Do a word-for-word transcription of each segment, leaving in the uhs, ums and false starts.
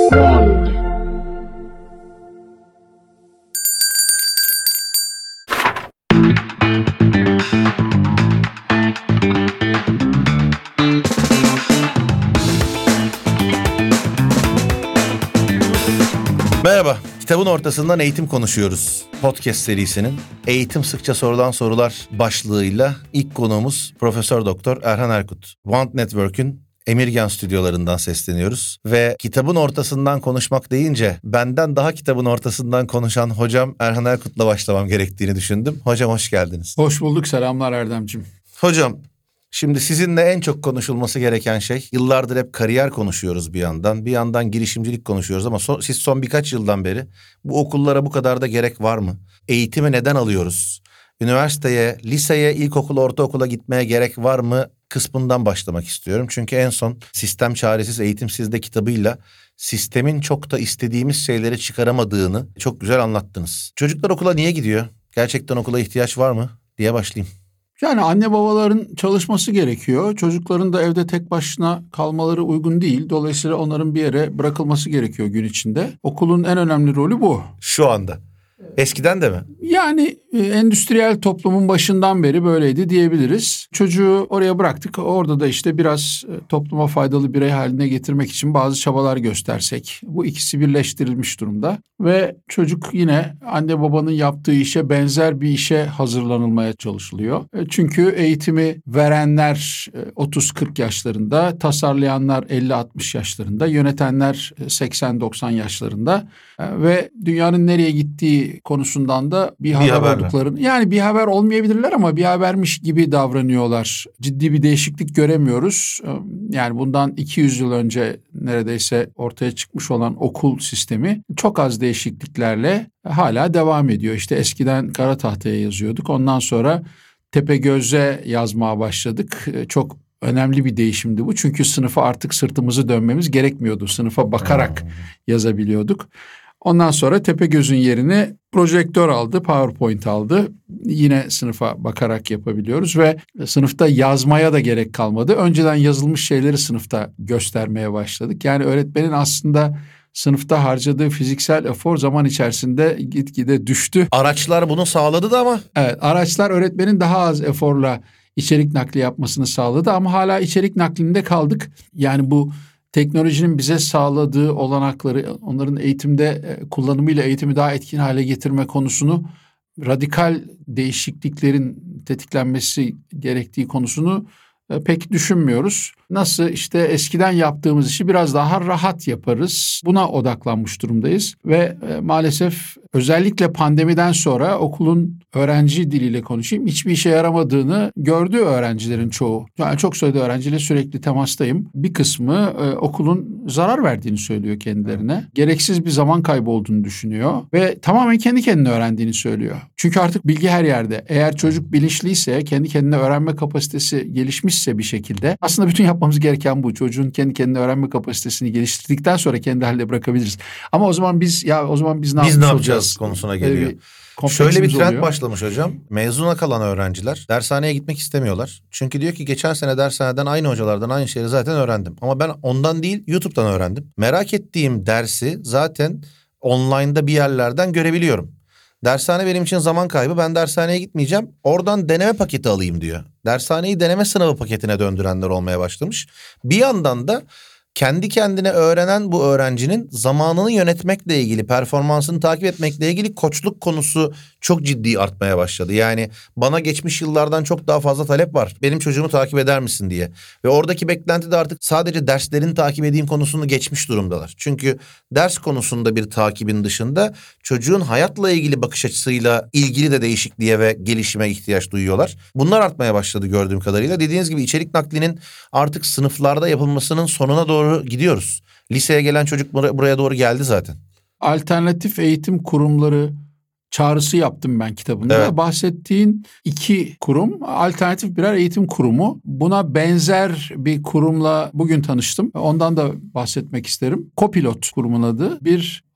Merhaba, kitabın ortasından eğitim konuşuyoruz. Podcast serisinin Eğitim Sıkça Sorulan Sorular başlığıyla ilk konuğumuz Profesör Doktor Erhan Erkut. Want Network'ün Emirgan stüdyolarından sesleniyoruz ve kitabın ortasından konuşmak deyince benden daha kitabın ortasından konuşan hocam Erhan Erkut'la başlamam gerektiğini düşündüm. Hocam hoş geldiniz. Hoş bulduk, selamlar Erdemciğim. Hocam, şimdi sizinle en çok konuşulması gereken şey, yıllardır hep kariyer konuşuyoruz bir yandan, bir yandan girişimcilik konuşuyoruz ama son, siz son birkaç yıldan beri bu okullara bu kadar da gerek var mı? Eğitimi neden alıyoruz? Üniversiteye, liseye, ilkokula, ortaokula gitmeye gerek var mı kısmından başlamak istiyorum. Çünkü en son Sistem Çaresiz Eğitim Sizde kitabıyla sistemin çok da istediğimiz şeyleri çıkaramadığını çok güzel anlattınız. Çocuklar okula niye gidiyor? Gerçekten okula ihtiyaç var mı diye başlayayım. Yani anne babaların çalışması gerekiyor. Çocukların da evde tek başına kalmaları uygun değil. Dolayısıyla onların bir yere bırakılması gerekiyor gün içinde. Okulun en önemli rolü bu. Şu anda. Eskiden de mi? Yani e, endüstriyel toplumun başından beri böyleydi diyebiliriz. Çocuğu oraya bıraktık. Orada da işte biraz e, topluma faydalı birey haline getirmek için bazı çabalar göstersek. Bu ikisi birleştirilmiş durumda. Ve çocuk yine anne babanın yaptığı işe benzer bir işe hazırlanılmaya çalışılıyor. E, çünkü eğitimi verenler e, otuz kırk yaşlarında, tasarlayanlar elli altmış yaşlarında, yönetenler e, seksen doksan yaşlarında e, ve dünyanın nereye gittiği konusundan da bir, bir haber, haber olduklarını, yani bir haber olmayabilirler ama bir habermiş gibi davranıyorlar. Ciddi bir değişiklik göremiyoruz. Yani bundan iki yüz yıl önce neredeyse ortaya çıkmış olan okul sistemi çok az değişikliklerle hala devam ediyor. İşte eskiden kara tahtaya yazıyorduk. Ondan sonra Tepegöz'e yazmaya başladık. Çok önemli bir değişimdi bu. Çünkü sınıfa artık sırtımızı dönmemiz gerekmiyordu. Sınıfa bakarak yazabiliyorduk. Ondan sonra Tepegöz'ün yerine projektör aldı, PowerPoint aldı. Yine sınıfa bakarak yapabiliyoruz ve sınıfta yazmaya da gerek kalmadı. Önceden yazılmış şeyleri sınıfta göstermeye başladık. Yani öğretmenin aslında sınıfta harcadığı fiziksel efor zaman içerisinde gitgide düştü. Araçlar bunu sağladı da ama. Evet, araçlar öğretmenin daha az eforla içerik nakli yapmasını sağladı ama hala içerik naklinde kaldık. Yani bu teknolojinin bize sağladığı olanakları, onların eğitimde kullanımıyla eğitimi daha etkin hale getirme konusunu, radikal değişikliklerin tetiklenmesi gerektiği konusunu pek düşünmüyoruz. Nasıl işte eskiden yaptığımız işi biraz daha rahat yaparız. Buna odaklanmış durumdayız ve maalesef özellikle pandemiden sonra okulun öğrenci diliyle konuşayım, hiçbir işe yaramadığını gördü öğrencilerin çoğu. Yani çok sayıda öğrenciyle sürekli temastayım. Bir kısmı e, okulun zarar verdiğini söylüyor kendilerine. Gereksiz bir zaman kaybı olduğunu düşünüyor ve tamamen kendi kendine öğrendiğini söylüyor. Çünkü artık bilgi her yerde. Eğer çocuk bilinçliyse, kendi kendine öğrenme kapasitesi gelişmişse bir şekilde, aslında bütün yapmamız gereken bu. Çocuğun kendi kendine öğrenme kapasitesini geliştirdikten sonra kendi haline bırakabiliriz. Ama o zaman biz ya o zaman biz ne, biz ne yapacağız olacağız? konusuna geliyor. Bir Şöyle bir trend oluyor. başlamış hocam. Mezuna kalan öğrenciler dershaneye gitmek istemiyorlar. Çünkü diyor ki geçen sene dershaneden aynı hocalardan aynı şeyleri zaten öğrendim. Ama ben ondan değil YouTube'dan öğrendim. Merak ettiğim dersi zaten online'da bir yerlerden görebiliyorum. Dershane benim için zaman kaybı. Ben dershaneye gitmeyeceğim. Oradan deneme paketi alayım diyor. Dershaneyi deneme sınavı paketine döndürenler olmaya başlamış. Bir yandan da kendi kendine öğrenen bu öğrencinin zamanını yönetmekle ilgili, performansını takip etmekle ilgili koçluk konusu çok ciddi artmaya başladı. Yani bana geçmiş yıllardan çok daha fazla talep var. Benim çocuğumu takip eder misin diye. Ve oradaki beklenti de artık sadece derslerini takip edeyim konusunu geçmiş durumdalar. Çünkü ders konusunda bir takibin dışında çocuğun hayatla ilgili bakış açısıyla ilgili de değişikliğe ve gelişime ihtiyaç duyuyorlar. Bunlar artmaya başladı gördüğüm kadarıyla. Dediğiniz gibi içerik naklinin artık sınıflarda yapılmasının sonuna doğru gidiyoruz. Liseye gelen çocuk buraya doğru geldi zaten. Alternatif eğitim kurumları çağrısı yaptım ben kitabımda. Evet. Bahsettiğin iki kurum alternatif birer eğitim kurumu. Buna benzer bir kurumla bugün tanıştım. Ondan da bahsetmek isterim. Copilot kurumun adı. Bir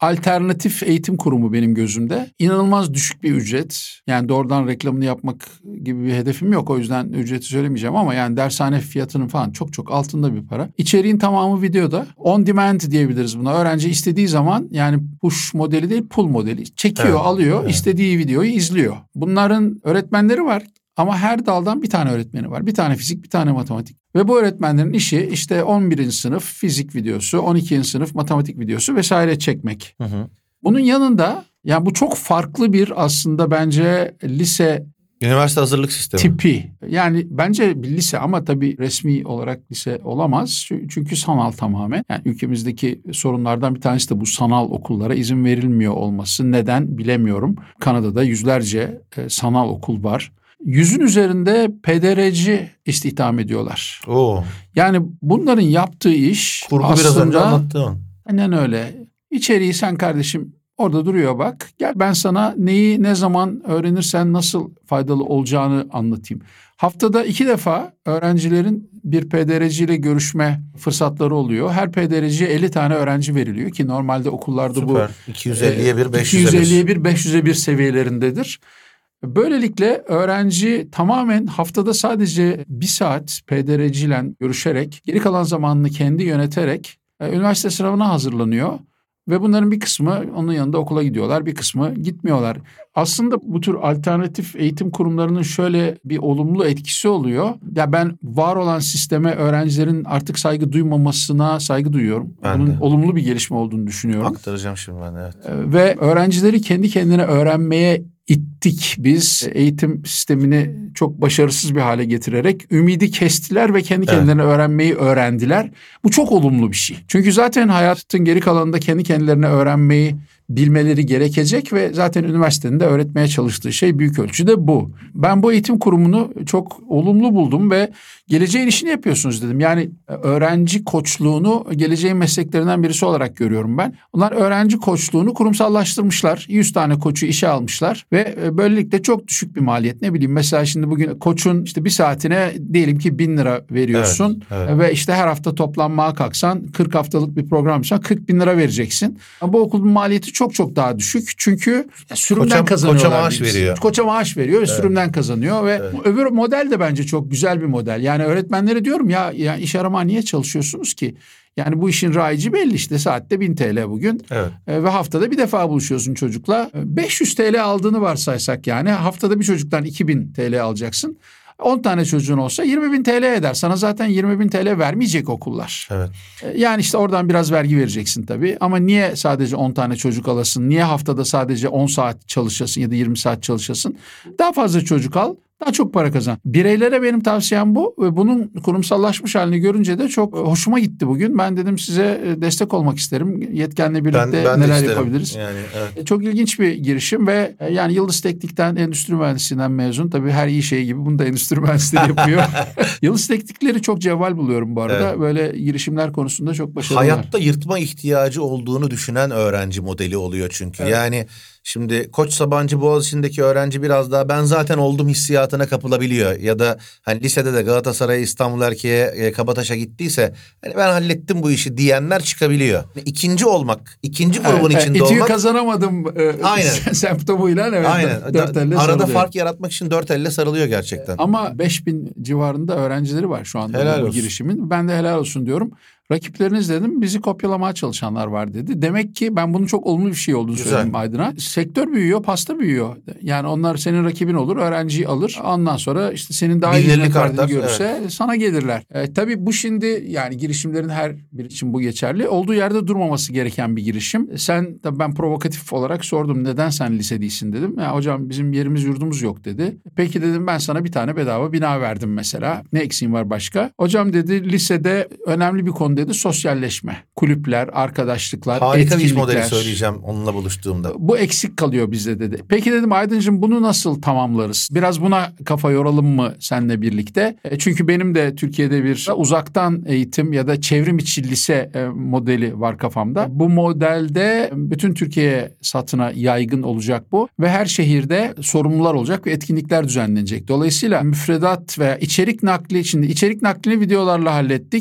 alternatif eğitim kurumu benim gözümde. İnanılmaz düşük bir ücret. Yani doğrudan reklamını yapmak gibi bir hedefim yok. O yüzden ücreti söylemeyeceğim ama yani dershane fiyatının falan çok çok altında bir para. İçeriğin tamamı videoda. On demand diyebiliriz buna. Öğrenci istediği zaman, yani push modeli değil, pull modeli. Çekiyor, Evet, alıyor, evet. istediği videoyu izliyor. Bunların öğretmenleri var. Ama her daldan bir tane öğretmeni var. Bir tane fizik, bir tane matematik. Ve bu öğretmenlerin işi işte on birinci sınıf fizik videosu, on ikinci sınıf matematik videosu vesaire çekmek. Hı hı. Bunun yanında, yani bu çok farklı bir aslında bence lise Üniversite hazırlık sistemi. tipi. Yani bence bir lise ama tabii resmi olarak lise olamaz. Çünkü sanal tamamen. Yani ülkemizdeki sorunlardan bir tanesi de bu sanal okullara izin verilmiyor olması. Neden bilemiyorum. Kanada'da yüzlerce e, sanal okul var. Yüzün üzerinde P D R'ci istihdam ediyorlar. Oo. Yani bunların yaptığı iş Kurgu aslında... biraz önce anlattığın. Aynen öyle. İçeriği sen kardeşim orada duruyor bak. Gel ben sana neyi ne zaman öğrenirsen nasıl faydalı olacağını anlatayım. Haftada iki defa öğrencilerin bir P D R'ci ile görüşme fırsatları oluyor. Her P D R'ciye elli tane öğrenci veriliyor ki normalde okullarda Süper. bu iki yüz elliye bir, beş yüze bir. iki yüz elliye bir, beş yüze bir seviyelerindedir. Böylelikle öğrenci tamamen haftada sadece bir saat P D R'ci ile görüşerek, geri kalan zamanını kendi yöneterek e, üniversite sınavına hazırlanıyor. Ve bunların bir kısmı onun yanında okula gidiyorlar, bir kısmı gitmiyorlar. Aslında bu tür alternatif eğitim kurumlarının şöyle bir olumlu etkisi oluyor. Ya ben var olan sisteme öğrencilerin artık saygı duymamasına saygı duyuyorum. Ben Bunun de. olumlu bir gelişme olduğunu düşünüyorum. Aktaracağım şimdi ben de, evet. Ee, Ve öğrencileri kendi kendine öğrenmeye ittik biz. Eğitim sistemini çok başarısız bir hale getirerek ümidi kestiler ve kendi kendilerine evet. öğrenmeyi öğrendiler. Bu çok olumlu bir şey. Çünkü zaten hayatın geri kalanında kendi kendilerine öğrenmeyi bilmeleri gerekecek ve zaten üniversitenin de öğretmeye çalıştığı şey büyük ölçüde bu. Ben bu eğitim kurumunu çok olumlu buldum ve geleceğin işini yapıyorsunuz dedim. Yani öğrenci koçluğunu geleceğin mesleklerinden birisi olarak görüyorum ben. Onlar öğrenci koçluğunu kurumsallaştırmışlar. yüz tane koçu işe almışlar ve böylelikle çok düşük bir maliyet. Ne bileyim mesela şimdi bugün koçun işte bir saatine diyelim ki bin lira veriyorsun. Evet, evet. Ve işte her hafta toplanmaya kalksan kırk haftalık bir programsa kırk bin lira vereceksin. Bu okulun maliyeti çok çok daha düşük. Çünkü sürümden koça, kazanıyorlar. Koça maaş biz. veriyor. Koça maaş veriyor ve evet. sürümden kazanıyor ve evet. öbür model de bence çok güzel bir model. Yani öğretmenlere diyorum ya, ya iş arama niye çalışıyorsunuz ki? Yani bu işin raici belli işte saatte bin T L bugün evet. e, ve haftada bir defa buluşuyorsun çocukla. beş yüz T L aldığını varsaysak yani haftada bir çocuktan iki bin T L alacaksın. on tane çocuğun olsa yirmi bin T L eder. Sana zaten yirmi bin T L vermeyecek okullar. Evet. Yani işte oradan biraz vergi vereceksin tabii. Ama niye sadece on tane çocuk alasın? Niye haftada sadece on saat çalışasın ya da yirmi saat çalışasın? Daha fazla çocuk al. Daha çok para kazan. Bireylere benim tavsiyem bu ve bunun kurumsallaşmış halini görünce de çok hoşuma gitti bugün. Ben dedim size destek olmak isterim. Yetkenle birlikte ben, ben neler yapabiliriz? Yani, evet. Çok ilginç bir girişim ve yani Yıldız Teknik'ten endüstri mühendisliğinden mezun. Tabii her iyi şey gibi bunu da endüstri mühendisliği yapıyor. Yıldız Teknikleri çok cevval buluyorum bu arada. Evet. Böyle girişimler konusunda çok başarılılar. Hayatta yırtma ihtiyacı olduğunu düşünen öğrenci modeli oluyor çünkü. Evet. Yani şimdi Koç Sabancı Boğaziçi'ndeki öğrenci biraz daha ben zaten oldum hissiyatına kapılabiliyor. Ya da hani lisede de Galatasaray, İstanbul Erkeğe, Kabataş'a gittiyse hani ben hallettim bu işi diyenler çıkabiliyor. İkinci olmak, ikinci grubun evet, içinde İTÜ'yü olmak. kazanamadım e, aynen. semptomuyla evet. Aynen. Dört elle Arada sarılıyor. fark yaratmak için dört elle sarılıyor gerçekten. Ama beş bin civarında öğrencileri var şu anda helal bu olsun. girişimin. Ben de helal olsun diyorum. Rakipleriniz dedim bizi kopyalamaya çalışanlar var dedi. Demek ki ben bunun çok olumlu bir şey olduğunu güzel. Söyledim Aydın'a. Sektör büyüyor, pasta büyüyor. Yani onlar senin rakibin olur, öğrenciyi alır. Ondan sonra işte senin daha iyi hizmet verdiğini görürse evet. sana gelirler. E, tabii bu şimdi yani girişimlerin her biri için bu geçerli. Olduğu yerde durmaması gereken bir girişim. Sen tabii ben provokatif olarak sordum neden sen lise değilsin dedim. Ya hocam bizim yerimiz yurdumuz yok dedi. Peki dedim ben sana bir tane bedava bina verdim mesela. Ne eksiğin var başka? Hocam dedi lisede önemli bir konu dedi sosyalleşme. Kulüpler, arkadaşlıklar, harika etkinlikler. bir iş modeli söyleyeceğim onunla buluştuğumda. Bu eksik kalıyor bizde dedi. Peki dedim Aydıncığım bunu nasıl tamamlarız? Biraz buna kafa yoralım mı seninle birlikte? E, çünkü benim de Türkiye'de bir uzaktan eğitim ya da çevrim içi lise e, modeli var kafamda. Bu modelde bütün Türkiye satına yaygın olacak bu ve her şehirde sorumlular olacak ve etkinlikler düzenlenecek. Dolayısıyla müfredat veya içerik nakli, şimdi içerik naklini videolarla hallettik.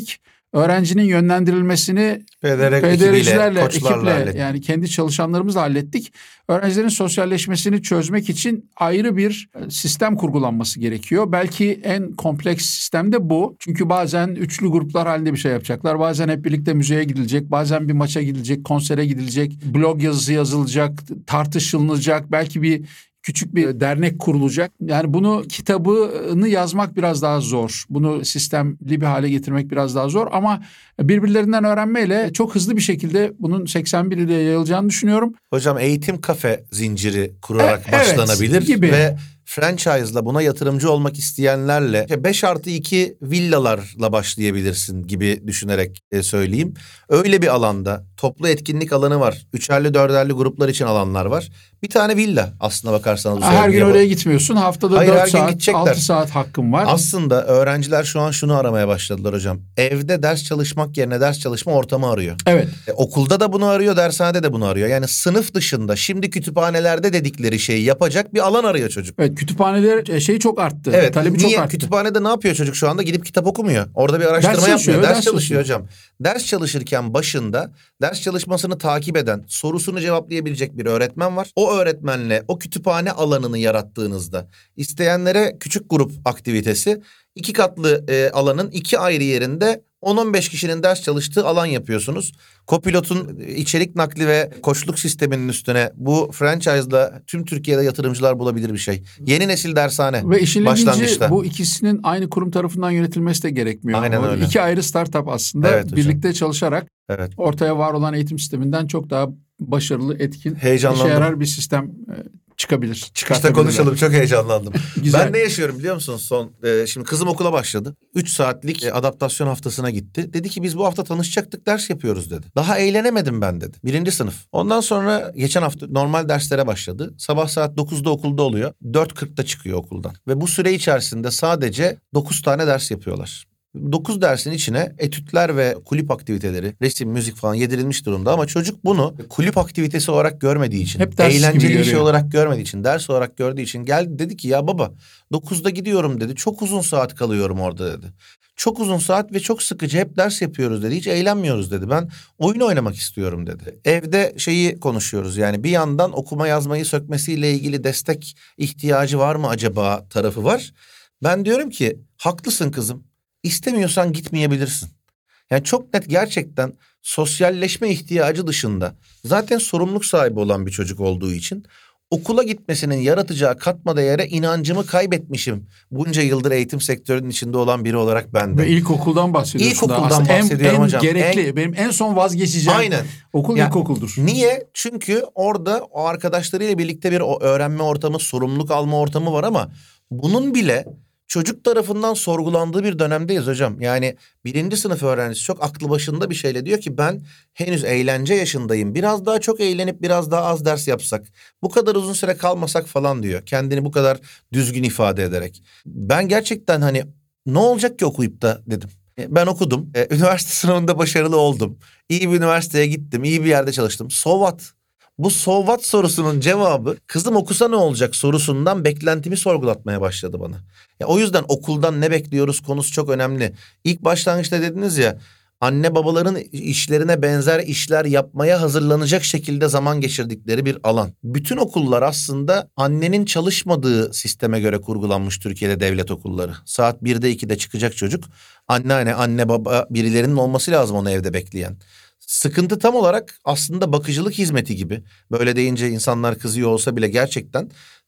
öğrencinin yönlendirilmesini P D R P D R'cilerle, koçlarla ekiple hallettik. yani kendi çalışanlarımızla hallettik. Öğrencilerin sosyalleşmesini çözmek için ayrı bir sistem kurgulanması gerekiyor. Belki en kompleks sistem de bu. Çünkü bazen üçlü gruplar halinde bir şey yapacaklar. Bazen hep birlikte müzeye gidilecek. Bazen bir maça gidilecek, konsere gidilecek. Blog yazısı yazılacak, tartışılacak. Belki bir küçük bir dernek kurulacak. Yani bunu kitabını yazmak biraz daha zor. Bunu sistemli bir hale getirmek biraz daha zor. Ama birbirlerinden öğrenmeyle çok hızlı bir şekilde bunun seksen bir ile yayılacağını düşünüyorum. Hocam eğitim kafe zinciri kurarak E, evet, başlanabilir gibi. ve franchise'la buna yatırımcı olmak isteyenlerle beş artı iki villalarla başlayabilirsin gibi düşünerek e, söyleyeyim. Öyle bir alanda toplu etkinlik alanı var. Üçerli dörderli gruplar için alanlar var. Bir tane villa aslına bakarsanız. Her gün bu. oraya gitmiyorsun. Haftada Hayır, her dört gün saat, gidecekler. altı saat hakkın var. Aslında öğrenciler şu an şunu aramaya başladılar hocam. Evde ders çalışmak yerine ders çalışma ortamı arıyor. Evet. E, okulda da bunu arıyor, dershanede de bunu arıyor. Yani sınıf dışında şimdi kütüphanelerde dedikleri şeyi yapacak bir alan arıyor çocuk. Evet, kütüphaneler şeyi çok arttı. Evet. Talebi Niye? çok arttı. Kütüphanede ne yapıyor çocuk şu anda? Gidip kitap okumuyor. Orada bir araştırma Ders çalışıyor, yapmıyor. Ders, ders çalışıyor çalışıyor. hocam. Ders çalışırken başında ders çalışmasını takip eden, sorusunu cevaplayabilecek bir öğretmen var. O öğretmenle o kütüphane alanını yarattığınızda isteyenlere küçük grup aktivitesi, iki katlı e, alanın iki ayrı yerinde on on beş kişinin ders çalıştığı alan yapıyorsunuz. Kopilot'un içerik nakli ve koçluk sisteminin üstüne bu franchise'la tüm Türkiye'de yatırımcılar bulabilir bir şey. Yeni nesil dershane Ve işin başlangıçta. ilginci bu ikisinin aynı kurum tarafından yönetilmesi de gerekmiyor. Aynen O öyle. İki ayrı startup aslında Evet hocam. birlikte çalışarak Evet. ortaya var olan eğitim sisteminden çok daha başarılı, etkin, Heyecanlandım. işe yarar bir sistem e, çıkabilir. Çıkışta çıkartabilirler. konuşalım, çok heyecanlandım. Güzel. Ben ne yaşıyorum biliyor musun son? E, şimdi kızım okula başladı. Üç saatlik e, adaptasyon haftasına gitti. Dedi ki biz bu hafta tanışacaktık, ders yapıyoruz dedi. Daha eğlenemedim ben dedi. Birinci sınıf. Ondan sonra geçen hafta normal derslere başladı. Sabah saat dokuzda okulda oluyor. dört kırkta çıkıyor okuldan. Ve bu süre içerisinde sadece dokuz tane ders yapıyorlar. dokuz dersin içine etütler ve kulüp aktiviteleri, resim, müzik falan yedirilmiş durumda ama çocuk bunu kulüp aktivitesi olarak görmediği için, Hep ders gibi eğlenceli bir şey görüyor. olarak görmediği için, ders olarak gördüğü için geldi dedi ki ya baba dokuzda gidiyorum dedi. Çok uzun saat kalıyorum orada dedi. Çok uzun saat ve çok sıkıcı, hep ders yapıyoruz dedi. Hiç eğlenmiyoruz dedi. Ben oyun oynamak istiyorum dedi. Evde şeyi konuşuyoruz yani bir yandan okuma yazmayı sökmesiyle ilgili destek ihtiyacı var mı acaba tarafı var. Ben diyorum ki haklısın kızım. İstemiyorsan gitmeyebilirsin. Yani çok net gerçekten sosyalleşme ihtiyacı dışında zaten sorumluluk sahibi olan bir çocuk olduğu için okula gitmesinin yaratacağı katma değere inancımı kaybetmişim. Bunca yıldır eğitim sektörünün içinde olan biri olarak ben de. Ve ilkokuldan bahsediyorsun. İlkokuldan da. Aslında en- bahsediyorum en, hocam. gerekli, En- benim en son vazgeçeceğim Aynen. okul Ya, ilkokuldur. Niye? Çünkü orada o arkadaşlarıyla birlikte bir o öğrenme ortamı, sorumluluk alma ortamı var ama bunun bile çocuk tarafından sorgulandığı bir dönemdeyiz hocam. Yani birinci sınıf öğrencisi çok aklı başında bir şeyle diyor ki ben henüz eğlence yaşındayım. Biraz daha çok eğlenip biraz daha az ders yapsak, bu kadar uzun süre kalmasak falan diyor. Kendini bu kadar düzgün ifade ederek. Ben gerçekten hani ne olacak ki okuyup da dedim. E, Ben okudum. E, üniversite sınavında başarılı oldum. İyi bir üniversiteye gittim. İyi bir yerde çalıştım. So what? Bu so what sorusunun cevabı kızım okusa ne olacak sorusundan beklentimi sorgulatmaya başladı bana. Ya, o yüzden okuldan ne bekliyoruz konusu çok önemli. İlk başlangıçta dediniz ya anne babaların işlerine benzer işler yapmaya hazırlanacak şekilde zaman geçirdikleri bir alan. Bütün okullar aslında annenin çalışmadığı sisteme göre kurgulanmış Türkiye'de devlet okulları. Saat birde ikide çıkacak çocuk. Anneanne, anne baba birilerinin olması lazım onu evde bekleyen. Sıkıntı tam olarak aslında bakıcılık hizmeti gibi. Böyle deyince insanlar kızıyor olsa bile gerçekten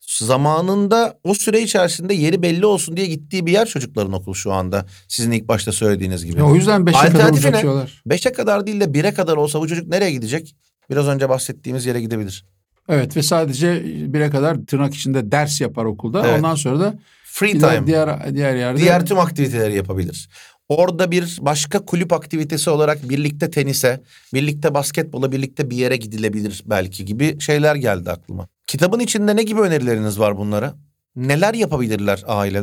zamanında o süre içerisinde yeri belli olsun diye gittiği bir yer çocukların okul şu anda. Sizin ilk başta söylediğiniz gibi. Ya o yüzden beşe kadar Alternatifi ne? uzatıyorlar. Beşe kadar değil de bire kadar olsa bu çocuk nereye gidecek? Biraz önce bahsettiğimiz yere gidebilir. Evet ve sadece bire kadar tırnak içinde ders yapar okulda. Evet. Ondan sonra da Free diğer, time. diğer, diğer yerde. Diğer tüm aktiviteleri yapabilir. Orada bir başka kulüp aktivitesi olarak birlikte tenise, birlikte basketbola, birlikte bir yere gidilebilir belki gibi şeyler geldi aklıma. Kitabın içinde ne gibi önerileriniz var bunlara? Neler yapabilirler aileler?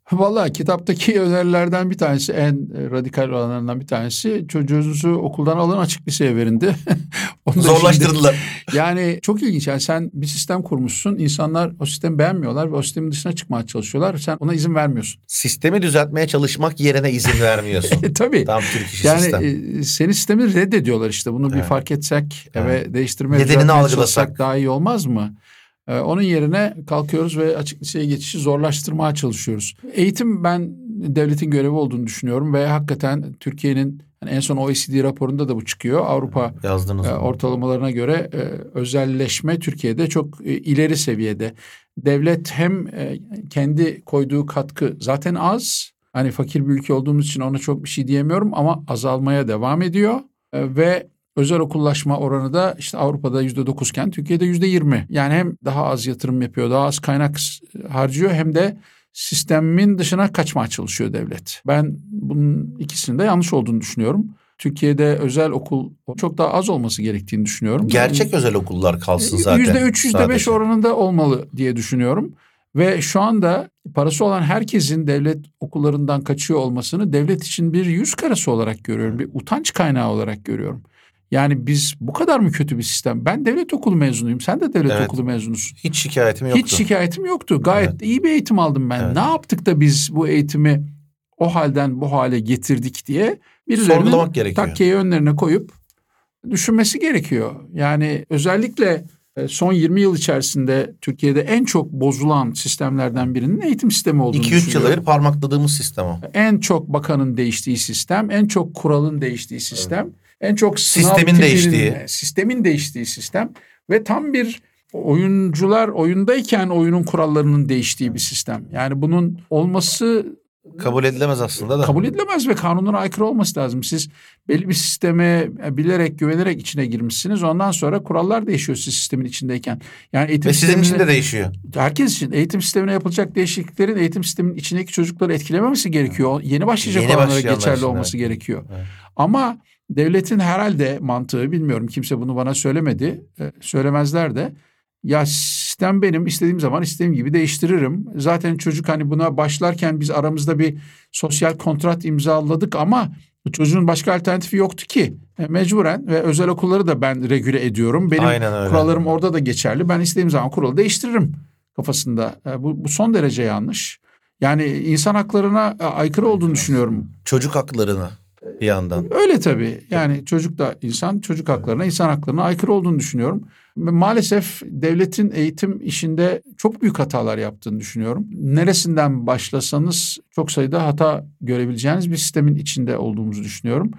Vallahi kitaptaki önerilerden bir tanesi, en radikal olanlarından bir tanesi, çocuğunuzu okuldan alın, açık liseye verin de. Onu da Zorlaştırdılar. şimdi, yani çok ilginç. Yani sen bir sistem kurmuşsun. İnsanlar o sistemi beğenmiyorlar ve o sistemin dışına çıkmaya çalışıyorlar. Sen ona izin vermiyorsun. Sistemi düzeltmeye çalışmak yerine izin vermiyorsun. E, tabii. Tam Türk işi Yani sistem. e, senin sistemi reddediyorlar işte. Bunu bir Evet. fark etsek Evet. ve değiştirmeye, Nedenini düzeltmeye algılasak. çalışsak daha iyi olmaz mı? Ee, onun yerine kalkıyoruz ve açık liseye geçişi zorlaştırmaya çalışıyoruz. Eğitim, ben devletin görevi olduğunu düşünüyorum ve hakikaten Türkiye'nin, yani en son O E C D raporunda da bu çıkıyor. Avrupa Yazdınız e, mı? ortalamalarına göre e, özelleşme Türkiye'de çok e, ileri seviyede. Devlet hem e, kendi koyduğu katkı zaten az. Hani fakir bir ülke olduğumuz için ona çok bir şey diyemiyorum ama azalmaya devam ediyor. E, ve özel okullaşma oranı da işte Avrupa'da yüzde dokuzken Türkiye'de yüzde yirmi. Yani hem daha az yatırım yapıyor, daha az kaynak harcıyor, hem de sistemin dışına kaçmaya çalışıyor devlet. Ben bunun ikisinin de yanlış olduğunu düşünüyorum. Türkiye'de özel okul çok daha az olması gerektiğini düşünüyorum. Gerçek özel okullar kalsın zaten. yüzde üç, yüzde beş sadece. oranında olmalı diye düşünüyorum. Ve şu anda parası olan herkesin devlet okullarından kaçıyor olmasını devlet için bir yüz karası olarak görüyorum. Bir utanç kaynağı olarak görüyorum. Yani biz bu kadar mı kötü bir sistem? Ben devlet okulu mezunuyum. Sen de devlet Evet. okulu mezunusun. Hiç şikayetim yoktu. Hiç şikayetim yoktu. Gayet Evet. iyi bir eğitim aldım ben. Evet. Ne yaptık da biz bu eğitimi o halden bu hale getirdik diye birilerinin Sorgulamak gerekiyor. takkeyi önlerine koyup düşünmesi gerekiyor. Yani özellikle son yirmi yıl içerisinde Türkiye'de en çok bozulan sistemlerden birinin eğitim sistemi olduğunu iki üç düşünüyorum. yılda bir parmakladığımız sistem o. En çok bakanın değiştiği sistem, en çok kuralın değiştiği sistem, en çok sınav Sistemin tipinin, değiştiği. sistemin değiştiği sistem ve tam bir oyuncular oyundayken oyunun kurallarının değiştiği bir sistem. Yani bunun olması Kabul edilemez aslında da. kabul edilemez ve kanunlara aykırı olması lazım. Siz belli bir sisteme bilerek, güvenerek içine girmişsiniz. Ondan sonra kurallar değişiyor siz sistemin içindeyken. Yani eğitim Ve sizin için sistemine- de değişiyor. Herkes için eğitim sistemine yapılacak değişikliklerin eğitim sisteminin içindeki çocukları etkilememesi gerekiyor. Yeni başlayacak Yeni olanlara başlayanlar geçerli için, olması evet. gerekiyor. Evet. Ama devletin herhalde mantığı, bilmiyorum, kimse bunu bana söylemedi, e, söylemezler de, ya sistem benim, istediğim zaman istediğim gibi değiştiririm. Zaten çocuk hani buna başlarken biz aramızda bir sosyal kontrat imzaladık ama çocuğun başka alternatifi yoktu ki. E, mecburen, ve özel okulları da ben regüle ediyorum. Benim Aynen öyle. kurallarım orada da geçerli. Ben istediğim zaman kuralı değiştiririm kafasında. E, bu, bu son derece yanlış. Yani insan haklarına e, aykırı olduğunu düşünüyorum. Çocuk haklarına bir yandan. Öyle tabii. Yani çocuk da insan, çocuk haklarına, insan haklarına aykırı olduğunu düşünüyorum. Ve maalesef devletin eğitim işinde çok büyük hatalar yaptığını düşünüyorum. Neresinden başlasanız çok sayıda hata görebileceğiniz bir sistemin içinde olduğumuzu düşünüyorum.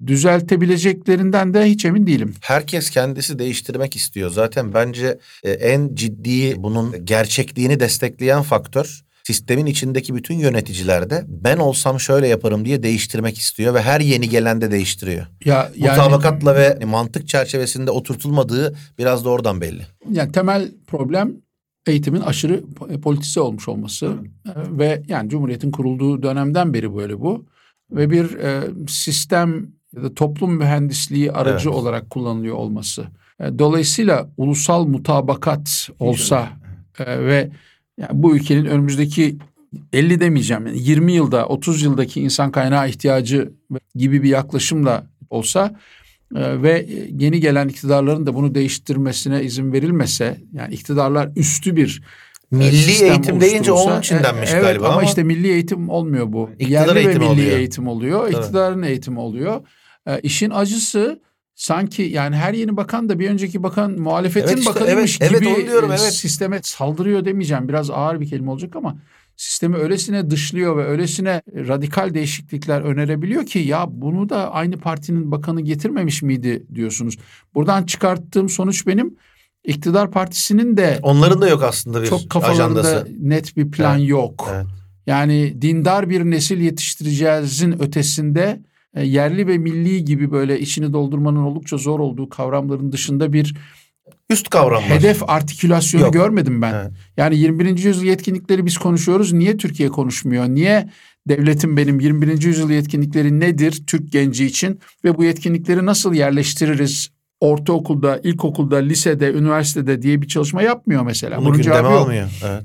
Düzeltebileceklerinden de hiç emin değilim. Herkes kendisi değiştirmek istiyor. Zaten bence e, en ciddi bunun gerçekliğini destekleyen faktör, sistemin içindeki bütün yöneticiler de ben olsam şöyle yaparım diye değiştirmek istiyor ve her yeni gelen de değiştiriyor. Ya yani, Mutabakatla ve mantık çerçevesinde oturtulmadığı biraz da oradan belli. yani temel problem eğitimin aşırı politize olmuş olması. Hı. Ve yani Cumhuriyet'in kurulduğu dönemden beri böyle bu. Ve bir e, sistem ya da toplum mühendisliği aracı Evet. olarak kullanılıyor olması. E, dolayısıyla ulusal mutabakat olsa e, ve yani bu ülkenin önümüzdeki elli demeyeceğim, yani yirmi yılda, otuz yıldaki insan kaynağı ihtiyacı gibi bir yaklaşımla olsa e, ve yeni gelen iktidarların da bunu değiştirmesine izin verilmese, yani iktidarlar üstü bir Milli sistem eğitim deyince oluşturulsa- onun için denmiş evet, galiba ama, ama işte milli eğitim olmuyor bu. İktidar Yerli ve eğitimi milli oluyor. eğitim oluyor. Tabii. İktidarın eğitimi oluyor. E, işin acısı sanki yani her yeni bakan da bir önceki bakan muhalefetin Evet işte, bakanıymış evet, gibi evet, onu diyorum, e, evet. sisteme saldırıyor demeyeceğim. Biraz ağır bir kelime olacak ama sistemi öylesine dışlıyor ve öylesine radikal değişiklikler önerebiliyor ki ya bunu da aynı partinin bakanı getirmemiş miydi diyorsunuz. Buradan çıkarttığım sonuç benim, iktidar partisinin de onların da yok aslında bir çok kafalarında ajandası. net bir plan Evet, yok. evet. Yani dindar bir nesil yetiştireceğizin ötesinde e, yerli ve milli gibi böyle içini doldurmanın oldukça zor olduğu kavramların dışında bir Üst kavramlar. hedef artikülasyonu Yok. görmedim ben. Evet. Yani yirmi birinci yüzyıl yetkinlikleri biz konuşuyoruz. Niye Türkiye konuşmuyor? Niye devletin benim yirmi birinci yüzyıl yetkinlikleri nedir Türk genci için ve bu yetkinlikleri nasıl yerleştiririz? Ortaokulda, ilkokulda, lisede, üniversitede diye bir çalışma yapmıyor mesela. Bunu Bunun gündeme cevabı yok. almıyor. Evet.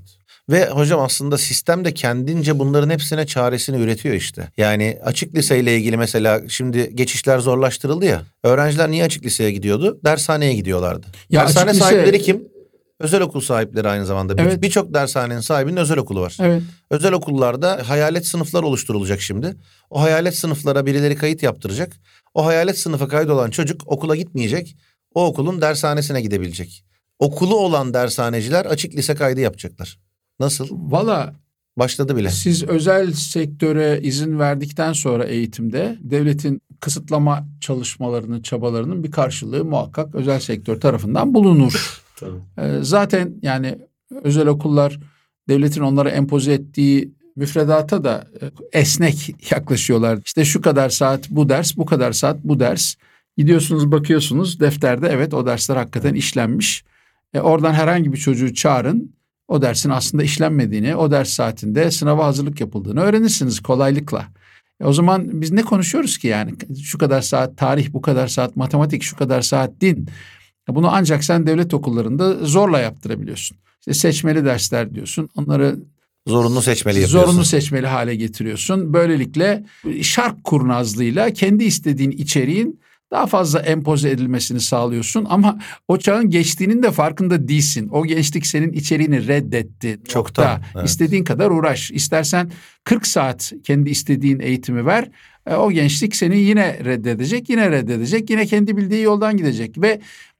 Ve hocam aslında sistem de kendince bunların hepsine çaresini üretiyor işte. Yani açık liseyle ilgili mesela şimdi geçişler zorlaştırıldı ya. Öğrenciler niye açık liseye gidiyordu? Dershaneye gidiyorlardı. Ya Dershane açık lise- sahipleri kim? Özel okul sahipleri aynı zamanda. Bir- Evet. Birçok dershanenin sahibinin özel okulu var. Evet. Özel okullarda hayalet sınıflar oluşturulacak şimdi. O hayalet sınıflara birileri kayıt yaptıracak. O hayalet sınıfa kaydolan çocuk okula gitmeyecek. O okulun dershanesine gidebilecek. Okulu olan dershaneciler açık lise kaydı yapacaklar. Nasıl? Valla Başladı bile. siz özel sektöre izin verdikten sonra eğitimde devletin kısıtlama çalışmalarının, çabalarının bir karşılığı muhakkak özel sektör tarafından bulunur. Tabii. Ee, zaten yani özel okullar devletin onlara empoze ettiği müfredata da e, esnek yaklaşıyorlar. İşte şu kadar saat bu ders, bu kadar saat bu ders. Gidiyorsunuz bakıyorsunuz defterde evet o dersler hakikaten işlenmiş. E, oradan herhangi bir çocuğu çağırın. O dersin aslında işlenmediğini, o ders saatinde sınava hazırlık yapıldığını öğrenirsiniz kolaylıkla. E, o zaman biz ne konuşuyoruz ki yani? Şu kadar saat tarih, bu kadar saat matematik, şu kadar saat din. E, bunu ancak sen devlet okullarında zorla yaptırabiliyorsun. İşte seçmeli dersler diyorsun. Onları Zorunlu seçmeli yapıyorsun. zorunlu seçmeli hale getiriyorsun. Böylelikle şark kurnazlığıyla kendi istediğin içeriğin daha fazla empoze edilmesini sağlıyorsun ama o çağın geçtiğinin de farkında değilsin. O gençlik senin içeriğini reddetti. Çoktan, Nokta. evet. İstediğin kadar uğraş. İstersen kırk saat kendi istediğin eğitimi ver. E, o gençlik seni yine reddedecek, yine reddedecek, yine kendi bildiği yoldan gidecek ve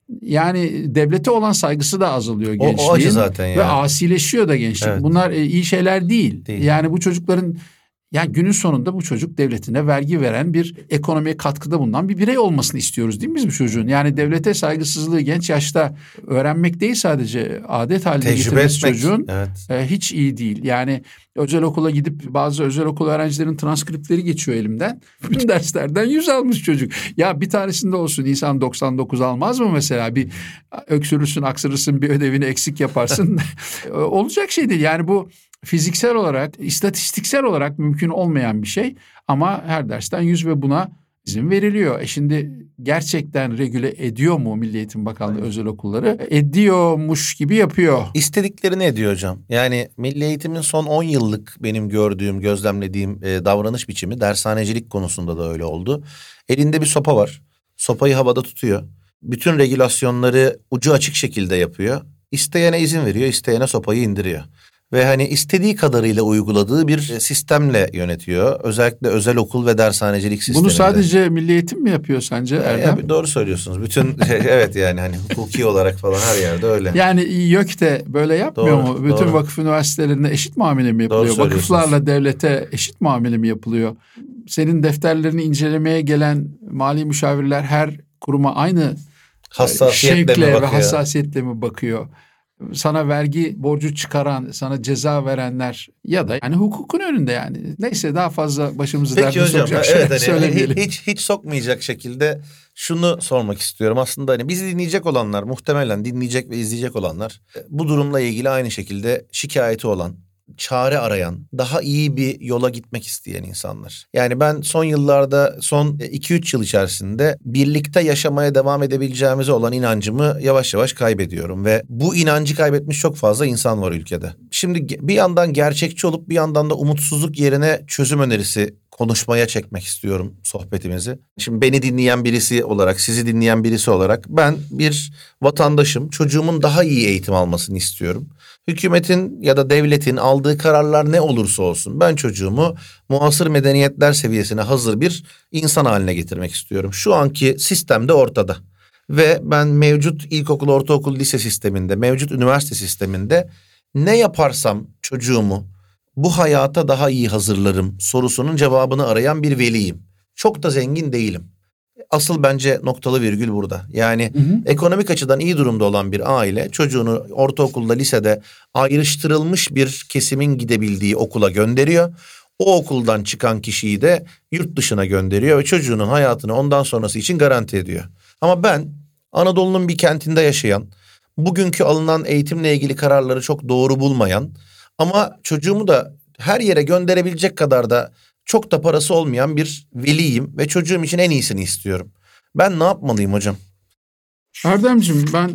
yani devlete olan saygısı da azalıyor O, gençliğin. o acı zaten ya. Ve asileşiyor da gençlik. Evet. Bunlar e, iyi şeyler değil. Değil. Yani bu çocukların yani günün sonunda bu çocuk devletine vergi veren bir ekonomiye katkıda bulunan bir birey olmasını istiyoruz değil mi biz bu çocuğun? Yani devlete saygısızlığı genç yaşta öğrenmek değil sadece adet haline Tecrübe getirmesi etmek. çocuğun Evet. e, hiç iyi değil. Yani özel okula gidip bazı özel okul öğrencilerin transkriptleri geçiyor elimden. Bütün derslerden yüz almış çocuk. Ya bir tanesinde olsun insan doksan dokuz almaz mı mesela? Bir öksürürsün, aksırırsın, bir ödevini eksik yaparsın. Olacak şey değil. Yani bu fiziksel olarak, istatistiksel olarak mümkün olmayan bir şey. Ama her dersten yüz ve buna izin veriliyor. E şimdi gerçekten regüle ediyor mu Milli Eğitim Bakanlığı özel okulları? Ediyormuş gibi yapıyor. İstediklerini ediyor hocam. Yani milli eğitimin son on yıllık benim gördüğüm, gözlemlediğim e, davranış biçimi dershanecilik konusunda da öyle oldu. Elinde bir sopa var. Sopayı havada tutuyor. Bütün regülasyonları ucu açık şekilde yapıyor. İsteyene izin veriyor, isteyene sopayı indiriyor. Ve hani istediği kadarıyla uyguladığı bir sistemle yönetiyor. Özellikle özel okul ve dershanecilik sisteminde. Bunu sadece Milli Eğitim mi yapıyor sence Erdem? Ya, doğru söylüyorsunuz. Bütün evet yani hani hukuki olarak falan her yerde öyle. Yani YÖK de böyle yapmıyor Doğru, mu? Bütün doğru. vakıf üniversitelerinde eşit muamele mi Doğru yapılıyor? söylüyorsunuz. Vakıflarla devlete eşit muamele mi yapılıyor? Senin defterlerini incelemeye gelen mali müşavirler her kuruma aynı Hassasiyetle mi şevkle ve bakıyor? hassasiyetle mi bakıyor? Sana vergi borcu çıkaran, sana ceza verenler ya da yani hukukun önünde yani. Neyse daha fazla başımızı Peki derde hocam sokacak evet şeyler hani söylemeyelim. hiç hiç sokmayacak şekilde şunu sormak istiyorum. Aslında hani bizi dinleyecek olanlar, muhtemelen dinleyecek ve izleyecek olanlar bu durumla ilgili aynı şekilde şikayeti olan, çare arayan, daha iyi bir yola gitmek isteyen insanlar. Yani ben son yıllarda, son iki üç yıl içerisinde birlikte yaşamaya devam edebileceğimize olan inancımı yavaş yavaş kaybediyorum. Ve bu inancı kaybetmiş çok fazla insan var ülkede. Şimdi bir yandan gerçekçi olup bir yandan da umutsuzluk yerine çözüm önerisi konuşmaya çekmek istiyorum sohbetimizi. Şimdi beni dinleyen birisi olarak, sizi dinleyen birisi olarak ben bir vatandaşım. Çocuğumun daha iyi eğitim almasını istiyorum. Hükümetin ya da devletin aldığı kararlar ne olursa olsun ben çocuğumu muasır medeniyetler seviyesine hazır bir insan haline getirmek istiyorum. Şu anki sistem de ortada. Ve ben mevcut ilkokul, ortaokul, lise sisteminde, mevcut üniversite sisteminde ne yaparsam çocuğumu bu hayata daha iyi hazırlarım sorusunun cevabını arayan bir veliyim. Çok da zengin değilim. Asıl bence noktalı virgül burada. Yani Hı hı. ekonomik açıdan iyi durumda olan bir aile çocuğunu ortaokulda, lisede ayrıştırılmış bir kesimin gidebildiği okula gönderiyor. O okuldan çıkan kişiyi de yurt dışına gönderiyor ve çocuğunun hayatını ondan sonrası için garanti ediyor. Ama ben Anadolu'nun bir kentinde yaşayan, bugünkü alınan eğitimle ilgili kararları çok doğru bulmayan ama çocuğumu da her yere gönderebilecek kadar da çok da parası olmayan bir veliyim ve çocuğum için en iyisini istiyorum. Ben ne yapmalıyım hocam? Erdemciğim ben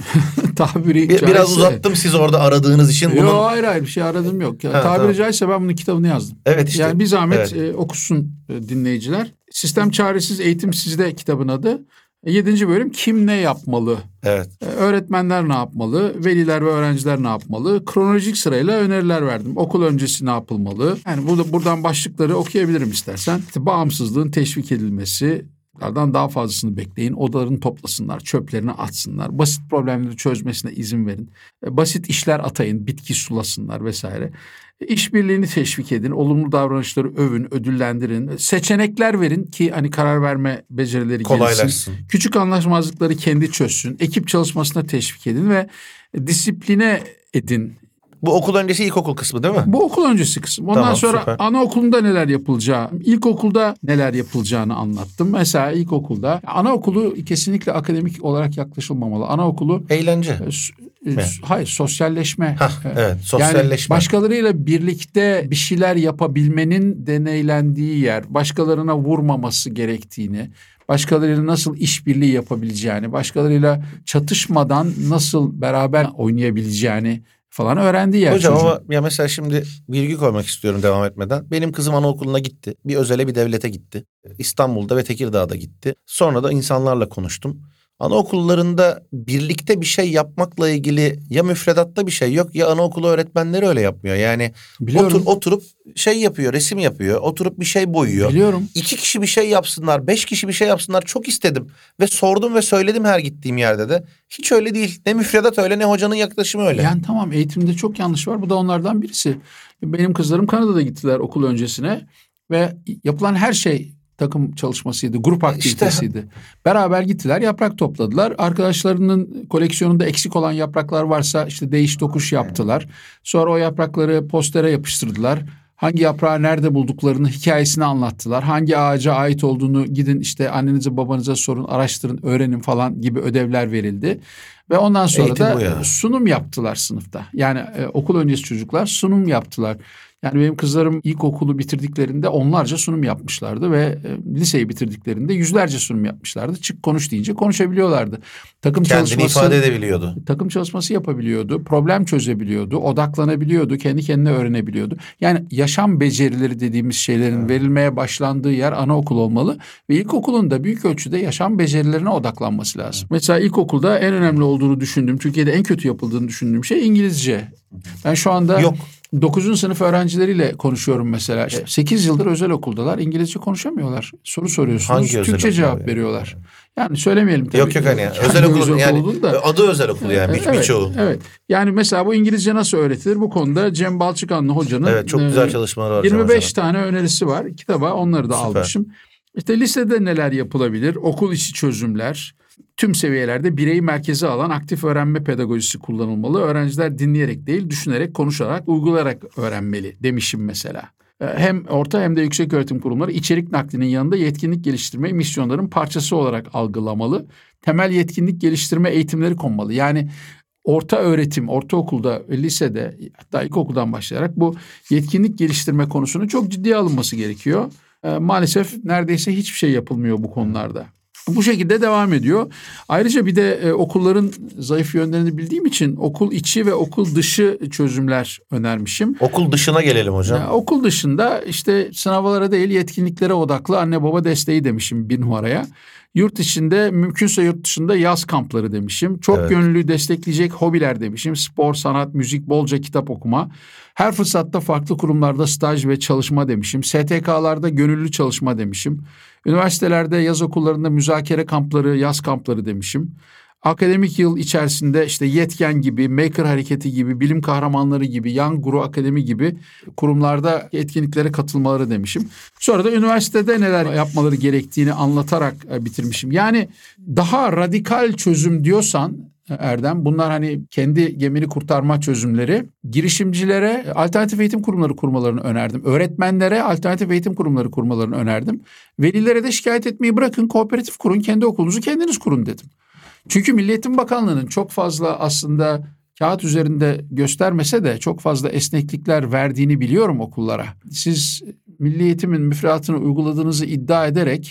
tabiri Bir, caizse... Biraz uzattım siz orada aradığınız için. Bunun... Yok hayır hayır bir şey aradım yok. Ya, Ha, tabiri tamam. caizse ben bunun kitabını yazdım. Evet işte. Yani bir zahmet Evet. e, okusun e, dinleyiciler. Sistem Çaresiz Eğitim Sizde kitabın adı. E, yedinci bölüm kim ne yapmalı? Evet. E, öğretmenler ne yapmalı? Veliler ve öğrenciler ne yapmalı? Kronolojik sırayla öneriler verdim. Okul öncesi ne yapılmalı? Yani burada buradan başlıkları okuyabilirim istersen. İşte bağımsızlığın teşvik edilmesi, daha fazlasını bekleyin. Odalarını toplasınlar, çöplerini atsınlar. Basit problemleri çözmesine izin verin. Basit işler atayın, bitki sulasınlar vesaire. İşbirliğini teşvik edin, olumlu davranışları övün, ödüllendirin. Seçenekler verin ki hani karar verme becerileri Kolaylaşsın. gelişsin. Küçük anlaşmazlıkları kendi çözsün. Ekip çalışmasına teşvik edin ve disipline edin. Bu okul öncesi ilkokul kısmı değil mi? Bu okul öncesi kısım. Ondan Tamam, sonra süper. anaokulunda neler yapılacağı, ilkokulda neler yapılacağını anlattım. Mesela ilkokulda anaokulu kesinlikle akademik olarak yaklaşılmamalı. Anaokulu Eğlence. e, e, hayır sosyalleşme. Hah, E, evet, sosyalleşme. Yani başkalarıyla birlikte bir şeyler yapabilmenin deneylendiği yer, başkalarına vurmaması gerektiğini, başkalarıyla nasıl işbirliği yapabileceğini, başkalarıyla çatışmadan nasıl beraber oynayabileceğini falan öğrendiği yer. Hocam çocuğun. ama ya mesela şimdi virgül koymak istiyorum devam etmeden. Benim kızım anaokuluna gitti. Bir özele bir devlete gitti. İstanbul'da ve Tekirdağ'da gitti. Sonra da insanlarla konuştum. Anaokullarında birlikte bir şey yapmakla ilgili ya müfredatta bir şey yok ya anaokulu öğretmenleri öyle yapmıyor. Yani Biliyorum. otur, oturup şey yapıyor, resim yapıyor, oturup bir şey boyuyor. Biliyorum. İki kişi bir şey yapsınlar, beş kişi bir şey yapsınlar çok istedim. Ve sordum ve söyledim her gittiğim yerde de. Hiç öyle değil. Ne müfredat öyle ne hocanın yaklaşımı öyle. Yani tamam eğitimde çok yanlış var. Bu da onlardan birisi. Benim kızlarım Kanada'da gittiler okul öncesine ve yapılan her şey takım çalışmasıydı, grup aktivitesiydi. İşte. Beraber gittiler, yaprak topladılar. Arkadaşlarının koleksiyonunda eksik olan yapraklar varsa işte değiş tokuş yaptılar. Sonra o yaprakları postere yapıştırdılar. Hangi yaprağı nerede bulduklarını hikayesini anlattılar. Hangi ağaca ait olduğunu gidin işte annenize babanıza sorun, araştırın, öğrenin falan gibi ödevler verildi. Ve ondan sonra Eğitim da bu ya. sunum yaptılar sınıfta. Yani e, okul öncesi çocuklar sunum yaptılar. Yani benim kızlarım ilkokulu bitirdiklerinde onlarca sunum yapmışlardı ve e, liseyi bitirdiklerinde yüzlerce sunum yapmışlardı. Çık konuş deyince konuşabiliyorlardı. Takım Kendini çalışması, ifade edebiliyordu. Takım çalışması yapabiliyordu, problem çözebiliyordu, odaklanabiliyordu, kendi kendine öğrenebiliyordu. Yani yaşam becerileri dediğimiz şeylerin evet. verilmeye başlandığı yer anaokul olmalı ve ilkokulun da büyük ölçüde yaşam becerilerine odaklanması lazım. Evet. Mesela ilkokulda en önemli olduğunu düşündüğüm, Türkiye'de en kötü yapıldığını düşündüğüm şey İngilizce. Ben şu anda Yok. dokuzuncu sınıf öğrencileriyle konuşuyorum mesela. sekiz yıldır özel okuldalar. İngilizce konuşamıyorlar. Soru soruyorsunuz. Hangi Türkçe cevap yani? veriyorlar. Yani söylemeyelim tabii. Yok yok hani özel okul yani da. adı özel okul yani evet, birçoğu. Evet. Yani mesela bu İngilizce nasıl öğretilir? Bu konuda Cem Balçıkanlı hocanın evet, çok güzel çalışmalar var. yirmi beş tane önerisi var. Kitaba onları da Süper. almışım. İşte lisede neler yapılabilir? Okul içi çözümler. Tüm seviyelerde bireyi merkeze alan aktif öğrenme pedagojisi kullanılmalı. Öğrenciler dinleyerek değil, düşünerek, konuşarak, uygulayarak öğrenmeli demişim mesela. Hem orta hem de yüksek öğretim kurumları içerik naklinin yanında yetkinlik geliştirmeyi misyonların parçası olarak algılamalı. Temel yetkinlik geliştirme eğitimleri konmalı. Yani orta öğretim, ortaokulda, lisede, hatta ilkokuldan başlayarak bu yetkinlik geliştirme konusunu çok ciddiye alınması gerekiyor. Maalesef neredeyse hiçbir şey yapılmıyor bu konularda. Bu şekilde devam ediyor. Ayrıca bir de e, okulların zayıf yönlerini bildiğim için okul içi ve okul dışı çözümler önermişim. Okul dışına gelelim hocam. Yani okul dışında işte sınavlara değil yetkinliklere odaklı anne baba desteği demişim bir numaraya. Yurt içinde mümkünse yurt dışında yaz kampları demişim. Çok evet. gönüllü destekleyecek hobiler demişim. Spor, sanat, müzik, bolca kitap okuma. Her fırsatta farklı kurumlarda staj ve çalışma demişim. S T K'larda gönüllü çalışma demişim. Üniversitelerde yaz okullarında müzakere kampları, yaz kampları demişim. Akademik yıl içerisinde işte Yetken gibi, Maker Hareketi gibi, bilim kahramanları gibi, Young Guru Akademi gibi kurumlarda etkinliklere katılmaları demişim. Sonra da üniversitede neler yapmaları gerektiğini anlatarak bitirmişim. Yani daha radikal çözüm diyorsan Erdem, bunlar hani kendi gemini kurtarma çözümleri. Girişimcilere alternatif eğitim kurumları kurmalarını önerdim. Öğretmenlere alternatif eğitim kurumları kurmalarını önerdim. Velilere de şikayet etmeyi bırakın, kooperatif kurun, kendi okulunuzu kendiniz kurun dedim. Çünkü Milli Eğitim Bakanlığı'nın çok fazla aslında kağıt üzerinde göstermese de çok fazla esneklikler verdiğini biliyorum okullara. Siz Milli Eğitim'in müfredatını uyguladığınızı iddia ederek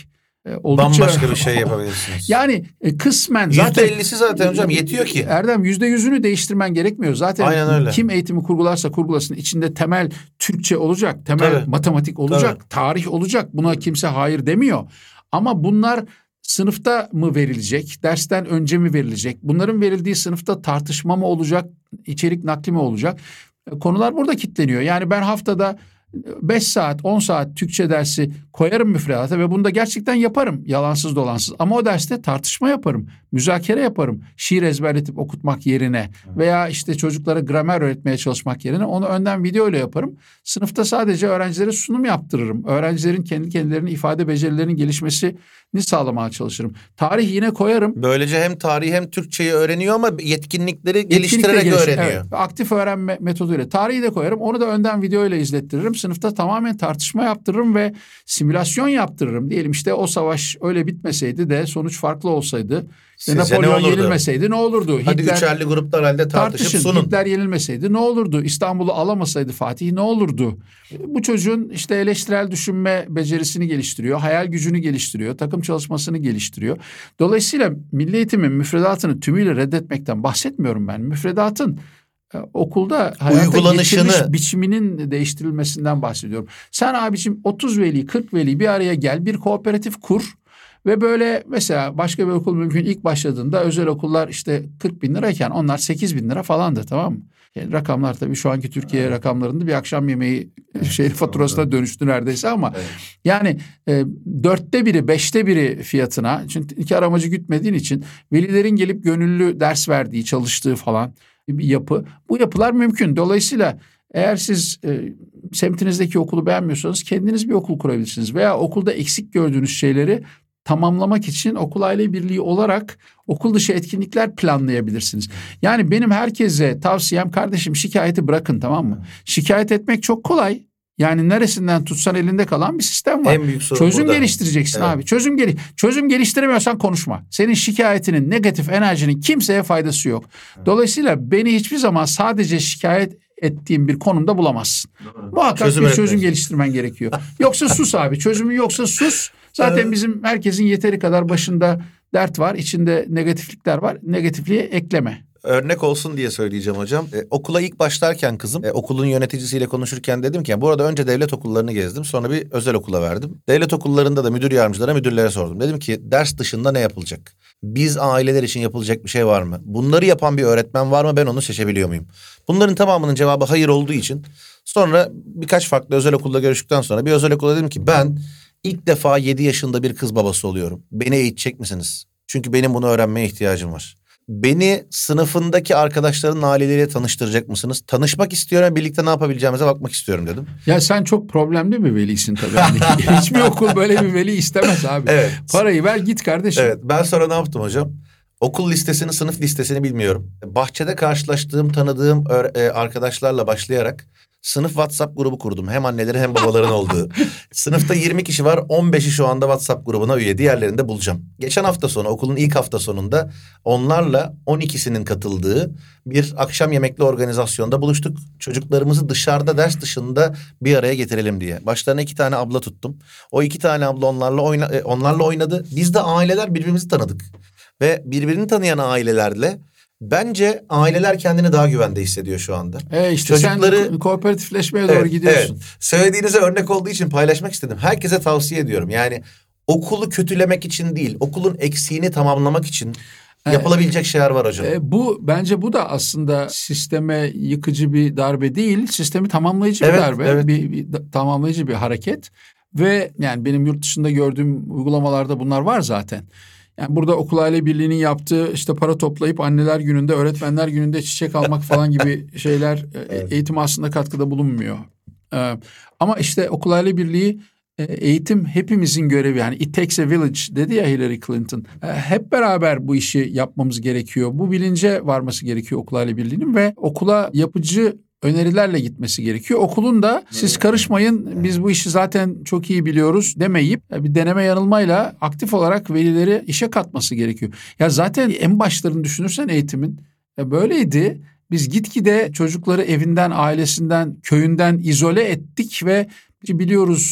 e, oldukça... Bambaşka bir şey yapabilirsiniz. Yani e, kısmen zaten... yüzde ellisi zaten hocam yetiyor ki. Erdem yüzde yüzünü değiştirmen gerekmiyor. Zaten Aynen öyle. Kim eğitimi kurgularsa kurgulasın içinde temel Türkçe olacak, temel Tabii. matematik olacak, Tabii. tarih olacak. Buna kimse hayır demiyor. Ama bunlar sınıfta mı verilecek, dersten önce mi verilecek? Bunların verildiği sınıfta tartışma mı olacak, içerik nakli mi olacak? Konular burada kilitleniyor. Yani ben haftada beş saat, on saat Türkçe dersi koyarım müfredata ve bunu da gerçekten yaparım. Yalansız dolansız. Ama o derste tartışma yaparım, müzakere yaparım. Şiir ezberletip okutmak yerine veya işte çocuklara gramer öğretmeye çalışmak yerine onu önden video ile yaparım. Sınıfta sadece öğrencilere sunum yaptırırım. Öğrencilerin kendi kendilerinin ifade becerilerinin gelişmesini sağlamaya çalışırım. Tarih yine koyarım. Böylece hem tarihi hem Türkçeyi öğreniyor ama yetkinlikleri Yetkinlikle geliştirerek geliş- öğreniyor. Evet, aktif öğrenme metoduyla. Tarihi de koyarım. Onu da önden video ile izlettiririm. Sınıfta tamamen tartışma yaptırırım ve simülasyon yaptırırım. Diyelim işte o savaş öyle bitmeseydi de sonuç farklı olsaydı. Sizce Napolyon ne olurdu? yenilmeseydi ne olurdu? Hadi Hitler, üçerli gruplar halde tartışıp tartışın. sunun. Hitler yenilmeseydi ne olurdu? İstanbul'u alamasaydı Fatih ne olurdu? Bu çocuğun işte eleştirel düşünme becerisini geliştiriyor. Hayal gücünü geliştiriyor. Takım çalışmasını geliştiriyor. Dolayısıyla milli eğitimin müfredatını tümüyle reddetmekten bahsetmiyorum ben. Müfredatın e, okulda hayata Uygulanışını- geçiriş biçiminin değiştirilmesinden bahsediyorum. Sen abicim otuz veli, kırk veli bir araya gel, bir kooperatif kur. Ve böyle mesela başka bir okul mümkün ilk başladığında özel okullar işte kırk bin lirayken onlar sekiz bin lira falandı, tamam mı? Yani rakamlar tabii şu anki Türkiye rakamlarında bir akşam yemeği şey faturasına dönüştü neredeyse ama Evet. yani e, dörtte biri beşte biri fiyatına, çünkü kar amacı gütmediğin için velilerin gelip gönüllü ders verdiği, çalıştığı falan bir yapı. Bu yapılar mümkün. Dolayısıyla eğer siz e, semtinizdeki okulu beğenmiyorsanız kendiniz bir okul kurabilirsiniz veya okulda eksik gördüğünüz şeyleri tamamlamak için okul aile birliği olarak okul dışı etkinlikler planlayabilirsiniz. Yani benim herkese tavsiyem, kardeşim şikayeti bırakın, tamam mı? Şikayet etmek çok kolay. Yani neresinden tutsan elinde kalan bir sistem var. En büyük sorun Çözüm burada. geliştireceksin Evet. abi. Çözüm geli çözüm geliştiremiyorsan konuşma. Senin şikayetinin, negatif enerjinin kimseye faydası yok. Dolayısıyla beni hiçbir zaman sadece şikayet ettiğim bir konumda bulamazsın. Muhakkak Çözüm bir çözüm üretmesi. geliştirmen gerekiyor. Yoksa sus abi. Çözümü yoksa sus. Zaten Evet. bizim herkesin yeteri kadar başında dert var. İçinde negatiflikler var. Negatifliği ekleme. Örnek olsun diye söyleyeceğim hocam. E, okula ilk başlarken kızım e, okulun yöneticisiyle konuşurken dedim ki ya, bu arada önce devlet okullarını gezdim, sonra bir özel okula verdim. Devlet okullarında da müdür yardımcılara, müdürlere sordum. Dedim ki ders dışında ne yapılacak? Biz aileler için yapılacak bir şey var mı? Bunları yapan bir öğretmen var mı? Ben onu seçebiliyor muyum? Bunların tamamının cevabı hayır olduğu için sonra birkaç farklı özel okulda görüştükten sonra bir özel okula dedim ki ben ilk defa yedi yaşında bir kız babası oluyorum. Beni eğitecek misiniz? Çünkü benim bunu öğrenmeye ihtiyacım var. Beni sınıfındaki arkadaşların aileleriyle tanıştıracak mısınız? Tanışmak istiyorum, birlikte ne yapabileceğimize bakmak istiyorum dedim. Ya sen çok problemli bir velisin tabii. Yani hiçbir okul böyle bir veli istemez abi. Evet. Parayı ver git kardeşim. Evet, ben sonra ne yaptım hocam? Okul listesini, sınıf listesini bilmiyorum. Bahçede karşılaştığım, tanıdığım öğre- e, arkadaşlarla başlayarak sınıf WhatsApp grubu kurdum. Hem annelerin hem babaların olduğu. Sınıfta yirmi kişi var. on beşi şu anda WhatsApp grubuna üye. Diğerlerini de bulacağım. Geçen hafta sonu, okulun ilk hafta sonunda onlarla on ikisinin katıldığı bir akşam yemekli organizasyonda buluştuk. Çocuklarımızı dışarıda, ders dışında bir araya getirelim diye. Başlarına iki tane abla tuttum. O iki tane abla onlarla oyna, e, onlarla oynadı. Biz de aileler birbirimizi tanıdık. Ve birbirini tanıyan ailelerle bence aileler kendini daha güvende hissediyor şu anda. E işte Çocukları- sen ko- kooperatifleşmeye doğru Evet, gidiyorsun. evet. Söylediğinize örnek olduğu için paylaşmak istedim. Herkese tavsiye ediyorum. Yani okulu kötülemek için değil, okulun eksiğini tamamlamak için yapılabilecek şeyler var hocam. E, bu bence bu da aslında sisteme yıkıcı bir darbe değil, sistemi tamamlayıcı Evet, bir darbe, evet. bir, bir da- tamamlayıcı bir hareket ve yani benim yurt dışında gördüğüm uygulamalarda bunlar var zaten. Yani burada okul aile birliğinin yaptığı işte para toplayıp anneler gününde, öğretmenler gününde çiçek almak falan gibi şeyler e, Evet. eğitime aslında katkıda bulunmuyor. E, ama işte okul aile birliği e, eğitim hepimizin görevi, yani it takes a village dedi ya Hillary Clinton. E, hep beraber bu işi yapmamız gerekiyor. Bu bilince varması gerekiyor okul aile birliğinin ve okula yapıcı önerilerle gitmesi gerekiyor. Okulun da siz karışmayın, biz bu işi zaten çok iyi biliyoruz demeyip bir deneme yanılmayla aktif olarak velileri işe katması gerekiyor. Ya zaten en başlarını düşünürsen eğitimin ya böyleydi. Biz gitgide çocukları evinden, ailesinden, köyünden izole ettik ve biliyoruz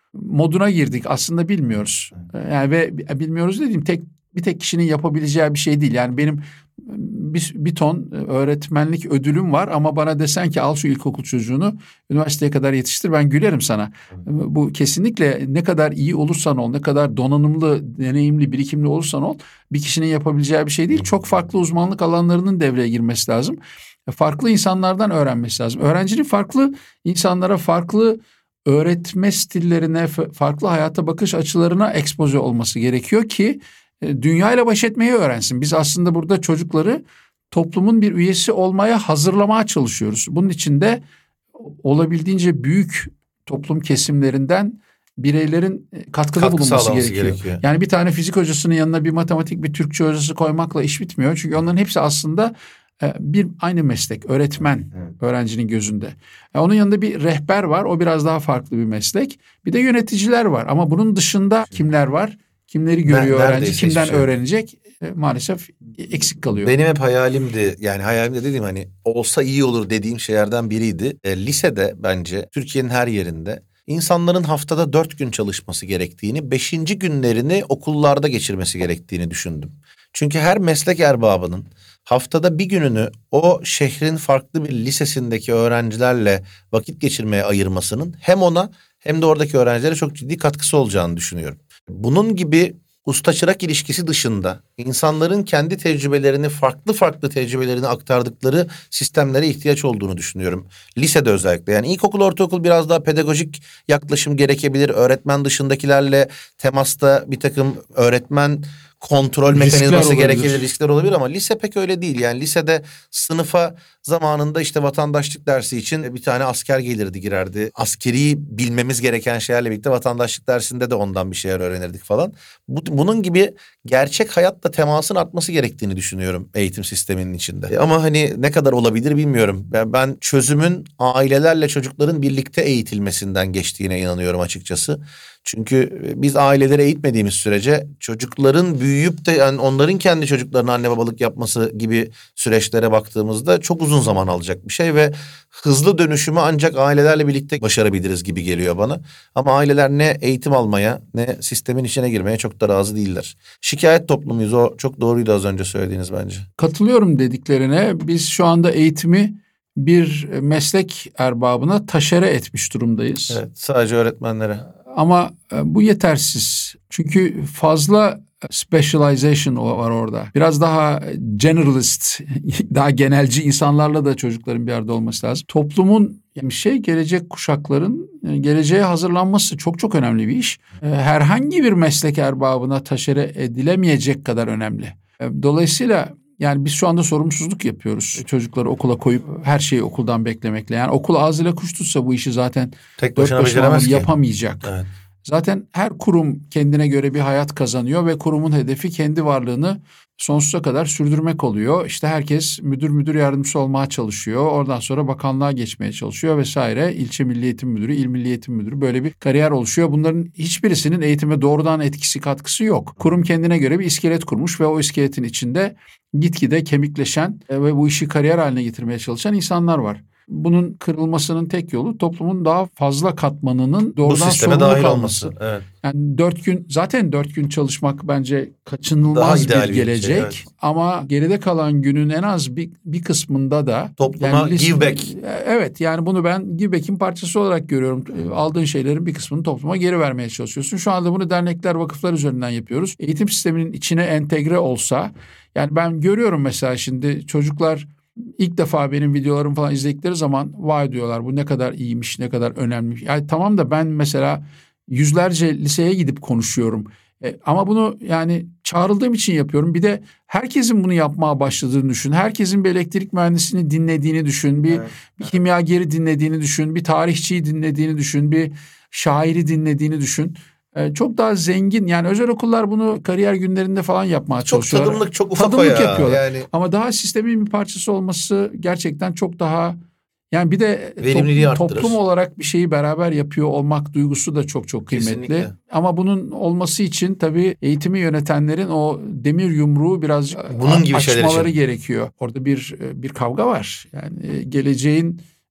moduna girdik. Aslında bilmiyoruz. Yani ve bilmiyoruz dediğim tek bir tek kişinin yapabileceği bir şey değil. Yani benim bir, bir ton öğretmenlik ödülüm var ama bana desen ki al şu ilkokul çocuğunu üniversiteye kadar yetiştir, ben gülerim sana. Bu kesinlikle ne kadar iyi olursan ol, ne kadar donanımlı, deneyimli, birikimli olursan ol bir kişinin yapabileceği bir şey değil. Çok farklı uzmanlık alanlarının devreye girmesi lazım. Farklı insanlardan öğrenmesi lazım. Öğrencinin farklı insanlara, farklı öğretme stillerine, farklı hayata bakış açılarına ekspoze olması gerekiyor ki dünyayla baş etmeyi öğrensin. Biz aslında burada çocukları toplumun bir üyesi olmaya hazırlamaya çalışıyoruz. Bunun için de olabildiğince büyük toplum kesimlerinden bireylerin katkıda Katkı bulunması gerekiyor. gerekiyor. Yani bir tane fizik hocasının yanına bir matematik, bir Türkçe hocası koymakla iş bitmiyor. Çünkü onların hepsi aslında bir aynı meslek, öğretmen, evet, öğrencinin gözünde. Yani onun yanında bir rehber var, o biraz daha farklı bir meslek. Bir de yöneticiler var ama bunun dışında kimler var? Kimleri görüyor ben, öğrenci, kimden şey öğrenecek e, maalesef eksik kalıyor. Benim hep hayalimdi, yani hayalimde dediğim hani olsa iyi olur dediğim şeylerden biriydi. E, lisede bence Türkiye'nin her yerinde insanların haftada dört gün çalışması gerektiğini, beşinci günlerini okullarda geçirmesi gerektiğini düşündüm. Çünkü her meslek erbabının haftada bir gününü o şehrin farklı bir lisesindeki öğrencilerle vakit geçirmeye ayırmasının hem ona hem de oradaki öğrencilere çok ciddi katkısı olacağını düşünüyorum. Bunun gibi usta çırak ilişkisi dışında insanların kendi tecrübelerini, farklı farklı tecrübelerini aktardıkları sistemlere ihtiyaç olduğunu düşünüyorum. Lisede özellikle, yani ilkokul, ortaokul biraz daha pedagojik yaklaşım gerekebilir. Öğretmen dışındakilerle temasta bir takım öğretmen kontrol Riskler mekanizması olabilir. gerekebilir, riskler olabilir ama lise pek öyle değil. Yani lisede sınıfa zamanında işte vatandaşlık dersi için bir tane asker gelirdi, girerdi. Askeri bilmemiz gereken şeylerle birlikte vatandaşlık dersinde de ondan bir şeyler öğrenirdik falan. Bu, bunun gibi gerçek hayatla temasın artması gerektiğini düşünüyorum eğitim sisteminin içinde. Ama hani ne kadar olabilir bilmiyorum. Ben, ben çözümün ailelerle çocukların birlikte eğitilmesinden geçtiğine inanıyorum açıkçası. Çünkü biz aileleri eğitmediğimiz sürece çocukların büyüyüp de yani onların kendi çocuklarına anne babalık yapması gibi süreçlere baktığımızda çok uzun zaman alacak bir şey ve hızlı dönüşümü ancak ailelerle birlikte başarabiliriz gibi geliyor bana. Ama aileler ne eğitim almaya ne sistemin içine girmeye çok da razı değiller. Şikayet toplumuyuz, o çok doğruydu az önce söylediğiniz bence. Katılıyorum dediklerine. Biz şu anda eğitimi bir meslek erbabına taşere etmiş durumdayız. Evet, sadece öğretmenlere. Ama bu yetersiz. Çünkü fazla specialization var orada. Biraz daha generalist, daha genelci insanlarla da çocukların bir arada olması lazım. Toplumun yani şey gelecek kuşakların geleceğe hazırlanması çok çok önemli bir iş. Herhangi bir meslek erbabına taşere edilemeyecek kadar önemli. Dolayısıyla yani biz şu anda sorumsuzluk yapıyoruz. Çocukları okula koyup her şeyi okuldan beklemekle. Yani okul ağzıyla kuş tutsa bu işi zaten tek başına beceremez ki. Yapamayacak. Evet. Zaten her kurum kendine göre bir hayat kazanıyor ve kurumun hedefi kendi varlığını sonsuza kadar sürdürmek oluyor. İşte herkes müdür müdür yardımcısı olmaya çalışıyor. Oradan sonra bakanlığa geçmeye çalışıyor vesaire. İlçe Milli Eğitim Müdürü, İl Milli Eğitim Müdürü, böyle bir kariyer oluşuyor. Bunların hiçbirisinin eğitime doğrudan etkisi, katkısı yok. Kurum kendine göre bir iskelet kurmuş ve o iskeletin içinde gitgide kemikleşen ve bu işi kariyer haline getirmeye çalışan insanlar var. Bunun kırılmasının tek yolu toplumun daha fazla katmanının doğrudan sorumluluk alması. Evet. Yani dört gün, zaten dört gün çalışmak bence kaçınılmaz bir gelecek. Şey, evet. Ama geride kalan günün en az bir, bir kısmında da topluma yani liste, give back. Evet, yani bunu ben give back'in parçası olarak görüyorum. Aldığın şeylerin bir kısmını topluma geri vermeye çalışıyorsun. Şu anda bunu dernekler, vakıflar üzerinden yapıyoruz. Eğitim sisteminin içine entegre olsa, yani ben görüyorum mesela şimdi çocuklar İlk defa benim videolarımı falan izledikleri zaman vay diyorlar, bu ne kadar iyiymiş, ne kadar önemli. Yani tamam da ben mesela yüzlerce liseye gidip konuşuyorum. E, ama bunu yani çağrıldığım için yapıyorum. Bir de herkesin bunu yapmaya başladığını düşün. Herkesin bir elektrik mühendisini dinlediğini düşün. Bir, evet. bir kimyageri dinlediğini düşün. Bir tarihçiyi dinlediğini düşün. Bir şairi dinlediğini düşün. Çok daha zengin, yani özel okullar bunu kariyer günlerinde falan yapmaya çok çalışıyorlar. Çok tadımlık, çok ufak tadımlık ya. yapıyorlar. Yani... Ama daha sistemin bir parçası olması gerçekten çok daha, yani bir de verimliliği toplum, toplum olarak bir şeyi beraber yapıyor olmak duygusu da çok çok kıymetli. Kesinlikle. Ama bunun olması için tabii eğitimi yönetenlerin o demir yumruğu birazcık bunun gibi açmaları gerekiyor. Orada bir bir kavga var. Yani geleceğin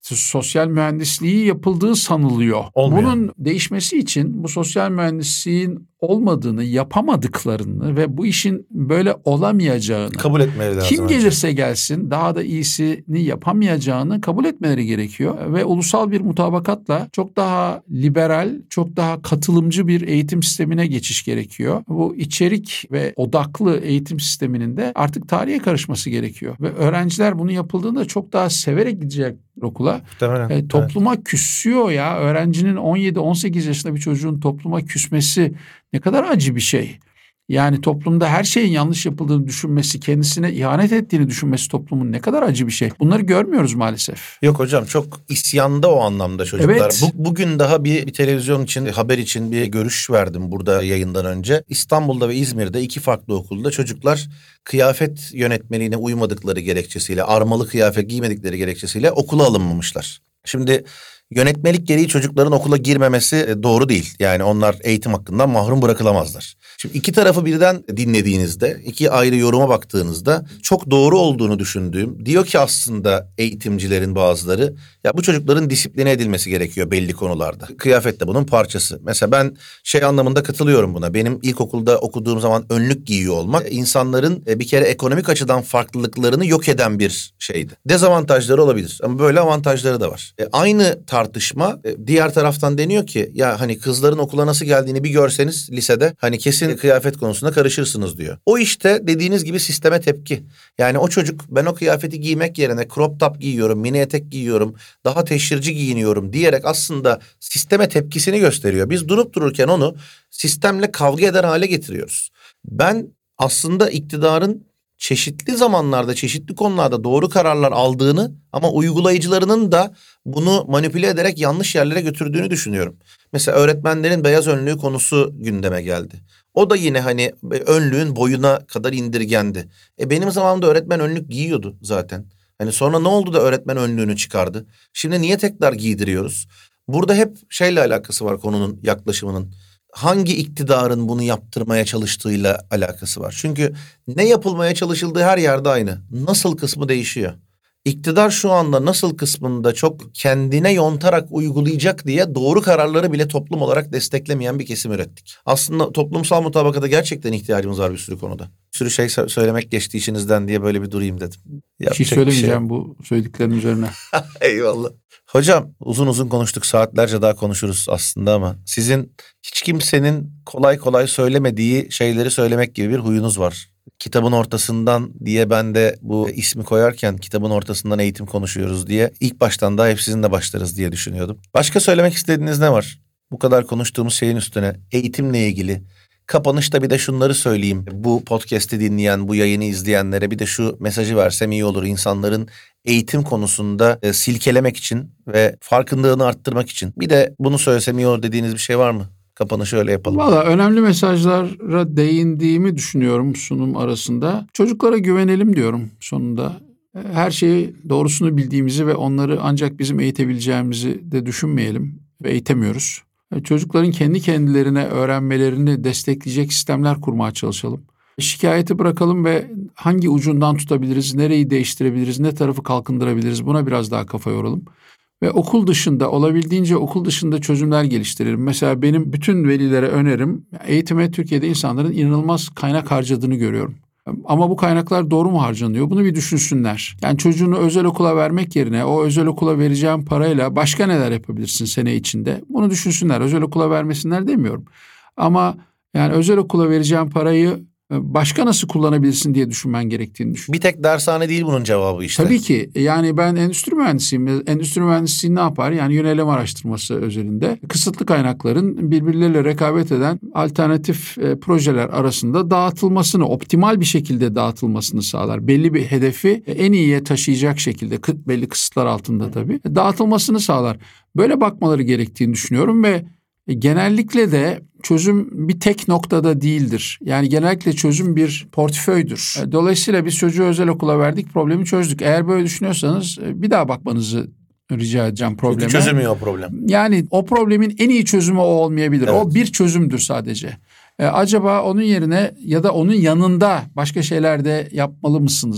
sosyal mühendisliği yapıldığı sanılıyor. Olmuyor. Bunun değişmesi için bu sosyal mühendisliğin olmadığını, yapamadıklarını ve bu işin böyle olamayacağını kabul etmeleri lazım. kim gelirse gelsin daha da iyisini yapamayacağını kabul etmeleri gerekiyor ve ulusal bir mutabakatla çok daha liberal, çok daha katılımcı bir eğitim sistemine geçiş gerekiyor. Bu içerik ve odaklı eğitim sisteminin de artık tarihe karışması gerekiyor ve öğrenciler bunu yapıldığında çok daha severek gidecek okula. E, topluma evet. küsüyor ya. Öğrencinin on yedi on sekiz yaşında bir çocuğun topluma küsmesi ne kadar acı bir şey. Yani toplumda her şeyin yanlış yapıldığını düşünmesi, kendisine ihanet ettiğini düşünmesi toplumun ne kadar acı bir şey. Bunları görmüyoruz maalesef. Yok hocam, çok isyanda o anlamda çocuklar. Evet. Bu, bugün daha bir, bir televizyon için, haber için bir görüş verdim burada yayından önce. İstanbul'da ve İzmir'de iki farklı okulda çocuklar kıyafet yönetmeliğine uymadıkları gerekçesiyle, armalı kıyafet giymedikleri gerekçesiyle okula alınmamışlar. Şimdi yönetmelik gereği çocukların okula girmemesi doğru değil. Yani onlar eğitim hakkından mahrum bırakılamazlar. Şimdi iki tarafı birden dinlediğinizde, iki ayrı yoruma baktığınızda çok doğru olduğunu düşündüğüm, diyor ki aslında eğitimcilerin bazıları, ya bu çocukların disipline edilmesi gerekiyor belli konularda. Kıyafet de bunun parçası. Mesela ben şey anlamında katılıyorum buna. Benim ilkokulda okuduğum zaman önlük giyiyor olmak insanların bir kere ekonomik açıdan farklılıklarını yok eden bir şeydi. Dezavantajları olabilir ama böyle avantajları da var. E, aynı tartışma diğer taraftan deniyor ki ya hani kızların okula nasıl geldiğini bir görseniz lisede hani kesin kıyafet konusunda karışırsınız diyor. O işte dediğiniz gibi sisteme tepki. Yani o çocuk ben o kıyafeti giymek yerine crop top giyiyorum, mini etek giyiyorum, daha teşhirci giyiniyorum diyerek aslında sisteme tepkisini gösteriyor. Biz durup dururken onu sistemle kavga eder hale getiriyoruz. Ben aslında iktidarın çeşitli zamanlarda, çeşitli konularda doğru kararlar aldığını ama uygulayıcılarının da bunu manipüle ederek yanlış yerlere götürdüğünü düşünüyorum. Mesela öğretmenlerin beyaz önlüğü konusu gündeme geldi. O da yine hani önlüğün boyuna kadar indirgendi. E benim zamanımda öğretmen önlük giyiyordu zaten. Hani sonra ne oldu da öğretmen önlüğünü çıkardı? Şimdi niye tekrar giydiriyoruz? Burada hep şeyle alakası var konunun yaklaşımının. Hangi iktidarın bunu yaptırmaya çalıştığıyla alakası var. Çünkü ne yapılmaya çalışıldığı her yerde aynı. Nasıl kısmı değişiyor. İktidar şu anda nasıl kısmında çok kendine yontarak uygulayacak diye doğru kararları bile toplum olarak desteklemeyen bir kesim ürettik. Aslında toplumsal mutabakata gerçekten ihtiyacımız var bir sürü konuda. Bir sürü şey söylemek geçti içinizden diye böyle bir durayım dedim. Bir şey söylemeyeceğim şey bu söylediklerin üzerine. Eyvallah. Hocam uzun uzun konuştuk, saatlerce daha konuşuruz aslında ama sizin hiç kimsenin kolay kolay söylemediği şeyleri söylemek gibi bir huyunuz var. Kitabın ortasından diye ben de bu ismi koyarken kitabın ortasından eğitim konuşuyoruz diye ilk baştan daha hep sizinle başlarız diye düşünüyordum. Başka söylemek istediğiniz ne var? Bu kadar konuştuğumuz şeyin üstüne eğitimle ilgili. Kapanışta bir de şunları söyleyeyim. Bu podcast'i dinleyen, bu yayını izleyenlere bir de şu mesajı versem iyi olur. İnsanların eğitim konusunda e, silkelemek için ve farkındalığını arttırmak için. Bir de bunu söylesem iyi olur dediğiniz bir şey var mı? Kapanışı öyle yapalım. Valla önemli mesajlara değindiğimi düşünüyorum sunum arasında. Çocuklara güvenelim diyorum sonunda. Her şeyi doğrusunu bildiğimizi ve onları ancak bizim eğitebileceğimizi de düşünmeyelim ve eğitemiyoruz. Çocukların kendi kendilerine öğrenmelerini destekleyecek sistemler kurmaya çalışalım. Şikayeti bırakalım ve hangi ucundan tutabiliriz, nereyi değiştirebiliriz, ne tarafı kalkındırabiliriz buna biraz daha kafa yoralım. Ve okul dışında olabildiğince okul dışında çözümler geliştirelim. Mesela benim bütün velilere önerim eğitime Türkiye'de insanların inanılmaz kaynak harcadığını görüyorum. Ama bu kaynaklar doğru mu harcanıyor? Bunu bir düşünsünler. Yani çocuğunu özel okula vermek yerine o özel okula vereceğim parayla başka neler yapabilirsin sene içinde? Bunu düşünsünler. Özel okula vermesinler demiyorum. Ama yani özel okula vereceğim parayı başka nasıl kullanabilirsin diye düşünmen gerektiğini düşünüyorum. Bir tek dershane değil bunun cevabı işte. Tabii ki. Yani ben endüstri mühendisiyim. Endüstri mühendisliği ne yapar? Yani yönelim araştırması özelinde kısıtlı kaynakların birbirleriyle rekabet eden alternatif e, projeler arasında dağıtılmasını, optimal bir şekilde dağıtılmasını sağlar. Belli bir hedefi en iyiye taşıyacak şekilde, belli kısıtlar altında tabii, dağıtılmasını sağlar. Böyle bakmaları gerektiğini düşünüyorum ve genellikle de çözüm bir tek noktada değildir. Yani genellikle çözüm bir portföydür. Dolayısıyla biz çocuğu özel okula verdik, problemi çözdük. Eğer böyle düşünüyorsanız bir daha bakmanızı rica edeceğim probleme. Çünkü çözülmüyor o problem. Yani o problemin en iyi çözümü o olmayabilir. Evet. O bir çözümdür sadece. Ee, acaba onun yerine ya da onun yanında başka şeyler de yapmalı mısınız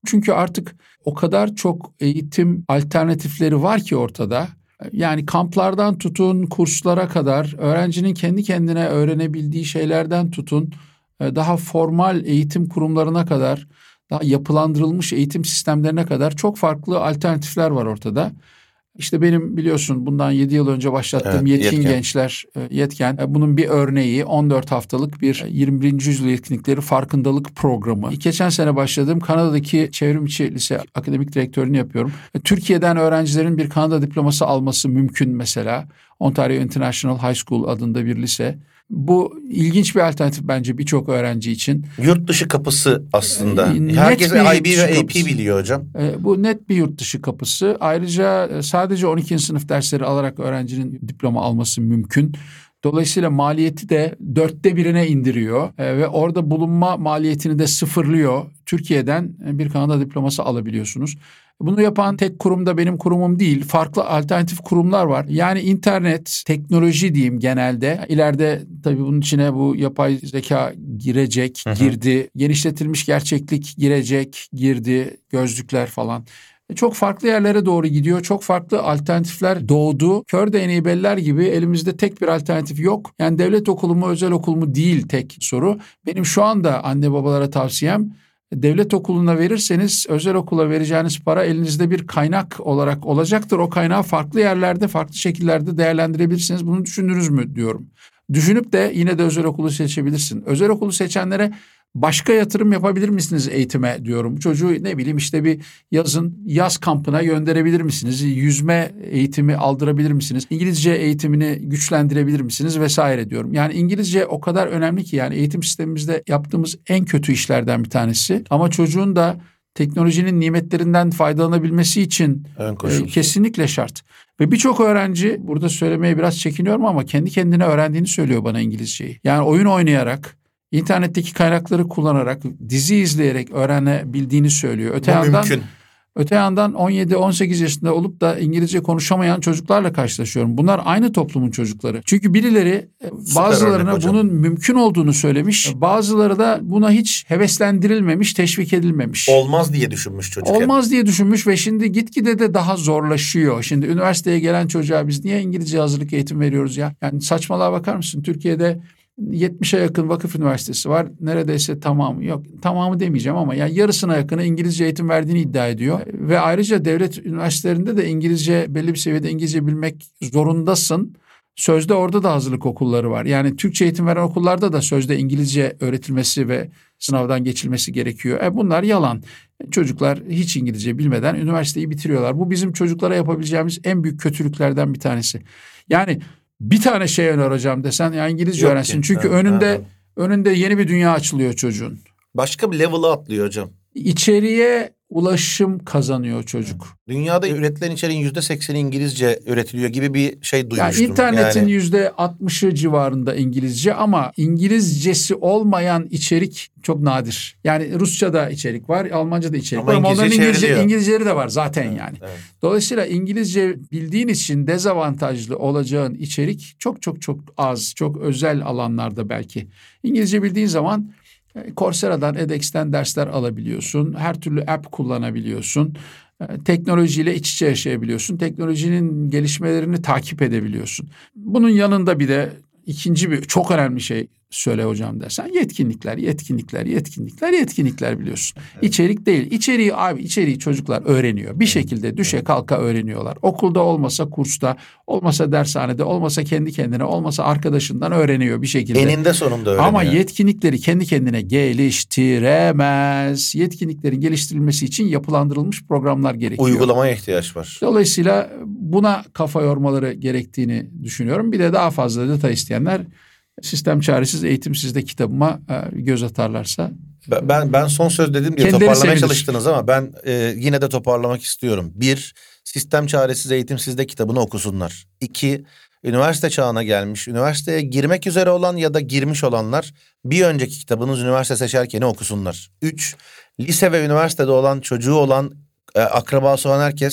Çünkü artık o kadar çok eğitim alternatifleri var ki ortada. Yani kamplardan tutun, kurslara kadar, öğrencinin kendi kendine öğrenebildiği şeylerden tutun, daha formal eğitim kurumlarına kadar, daha yapılandırılmış eğitim sistemlerine kadar çok farklı alternatifler var ortada. İşte benim biliyorsun bundan yedi yıl önce başlattığım Evet, Yetkin Yetken. Gençler Yetken. Bunun bir örneği on dört haftalık bir yirmi birinci yüzyıl yetkinlikleri farkındalık programı. Geçen sene başladığım Kanada'daki çevrimiçi lise akademik direktörlüğünü yapıyorum. Türkiye'den öğrencilerin bir Kanada diploması alması mümkün mesela. Ontario International High School adında bir lise. Bu ilginç bir alternatif bence birçok öğrenci için. Yurt dışı kapısı aslında. Net Herkes bir yurt I B dışı ve A P kapısı. biliyor hocam. E, bu net bir yurt dışı kapısı. Ayrıca e, sadece on ikinci sınıf dersleri alarak öğrencinin diploma alması mümkün. Dolayısıyla maliyeti de dörtte birine indiriyor e, ve orada bulunma maliyetini de sıfırlıyor. Türkiye'den bir Kanada diploması alabiliyorsunuz. Bunu yapan tek kurum da benim kurumum değil. Farklı alternatif kurumlar var. Yani internet, teknoloji diyeyim genelde. İleride tabii bunun içine bu yapay zeka girecek, Hı hı. girdi. Genişletilmiş gerçeklik girecek, girdi, gözlükler falan. Çok farklı yerlere doğru gidiyor. Çok farklı alternatifler doğdu. Kör değneği beller gibi elimizde tek bir alternatif yok. Yani devlet okulu mu özel okul mu değil tek soru. Benim şu anda anne babalara tavsiyem, devlet okuluna verirseniz özel okula vereceğiniz para elinizde bir kaynak olarak olacaktır. O kaynağı farklı yerlerde, farklı şekillerde değerlendirebilirsiniz. Bunu düşündünüz mü diyorum. Düşünüp de yine de özel okulu seçebilirsin. Özel okulu seçenlere başka yatırım yapabilir misiniz eğitime diyorum. Çocuğu ne bileyim işte bir yazın yaz kampına gönderebilir misiniz? Yüzme eğitimi aldırabilir misiniz? İngilizce eğitimini güçlendirebilir misiniz? Vesaire diyorum. Yani İngilizce o kadar önemli ki yani eğitim sistemimizde yaptığımız en kötü işlerden bir tanesi. Ama çocuğun da teknolojinin nimetlerinden faydalanabilmesi için e, kesinlikle şart. Ve birçok öğrenci, burada söylemeye biraz çekiniyorum ama kendi kendine öğrendiğini söylüyor bana İngilizceyi. Yani oyun oynayarak, İnternetteki kaynakları kullanarak, dizi izleyerek öğrenebildiğini söylüyor. Öte Bu yandan, mümkün. Öte yandan on yedi on sekiz yaşında olup da İngilizce konuşamayan çocuklarla karşılaşıyorum. Bunlar aynı toplumun çocukları. Çünkü birileri Süper bazılarına örnek bunun mümkün olduğunu söylemiş. Bazıları da buna hiç heveslendirilmemiş, teşvik edilmemiş. Olmaz diye düşünmüş çocuk. Olmaz diye düşünmüş ve şimdi gitgide de daha zorlaşıyor. Şimdi üniversiteye gelen çocuğa biz niye İngilizce hazırlık eğitim veriyoruz ya? Yani saçmalığa bakar mısın? Türkiye'de yetmişe yakın vakıf üniversitesi var. Neredeyse tamamı yok. Tamamı demeyeceğim ama yani yarısına yakını İngilizce eğitim verdiğini iddia ediyor. Ve ayrıca devlet üniversitelerinde de İngilizce belli bir seviyede İngilizce bilmek zorundasın. Sözde orada da hazırlık okulları var. Yani Türkçe eğitim veren okullarda da sözde İngilizce öğretilmesi ve sınavdan geçilmesi gerekiyor. E bunlar yalan. Çocuklar hiç İngilizce bilmeden üniversiteyi bitiriyorlar. Bu bizim çocuklara yapabileceğimiz en büyük kötülüklerden bir tanesi. Yani bir tane şey önereceğim desen ya İngilizce Yok öğrensin. ki. Çünkü Ha, önünde ha. önünde yeni bir dünya açılıyor çocuğun. Başka bir level'a atlıyor hocam. İçeriye ulaşım kazanıyor çocuk. Dünyada üretilen içeriğin yüzde sekseni İngilizce üretiliyor gibi bir şey duymuştum. Yani internetin Yani yüzde altmışı civarında İngilizce ama İngilizcesi olmayan içerik çok nadir. Yani Rusça'da içerik var, Almanca'da içerik Ama var ama onların İngilizce İngilizce, çevriliyor. İngilizceleri de var zaten yani. evet. Dolayısıyla İngilizce bildiğin için dezavantajlı olacağın içerik çok çok çok az, çok özel alanlarda belki. İngilizce bildiğin zaman Coursera'dan, edX'ten dersler alabiliyorsun. Her türlü app kullanabiliyorsun. Teknolojiyle iç içe yaşayabiliyorsun. Teknolojinin gelişmelerini takip edebiliyorsun. Bunun yanında bir de ikinci bir çok önemli şey söyle hocam dersen yetkinlikler, yetkinlikler, yetkinlikler, yetkinlikler biliyorsun. Evet. İçerik değil. İçeriği abi içeriği çocuklar öğreniyor. Bir şekilde düşe kalka öğreniyorlar. Okulda olmasa kursta, olmasa dershanede, olmasa kendi kendine, olmasa arkadaşından öğreniyor bir şekilde. Eninde sonunda öğreniyor. Ama yetkinlikleri kendi kendine geliştiremez. Yetkinliklerin geliştirilmesi için yapılandırılmış programlar gerekiyor. Uygulamaya ihtiyaç var. Dolayısıyla buna kafa yormaları gerektiğini düşünüyorum. Bir de daha fazla detay isteyenler Sistem Çaresiz Eğitim Sizde kitabıma göz atarlarsa. Ben ben son söz dedim diye Kendileri toparlamaya sevilir. çalıştınız ama ben e, yine de toparlamak istiyorum. Bir, Sistem Çaresiz Eğitim Sizde kitabını okusunlar. İki, üniversite çağına gelmiş, üniversiteye girmek üzere olan ya da girmiş olanlar bir önceki kitabınız üniversite seçerken okusunlar. Üç, lise ve üniversitede olan çocuğu olan e, akrabası olan herkes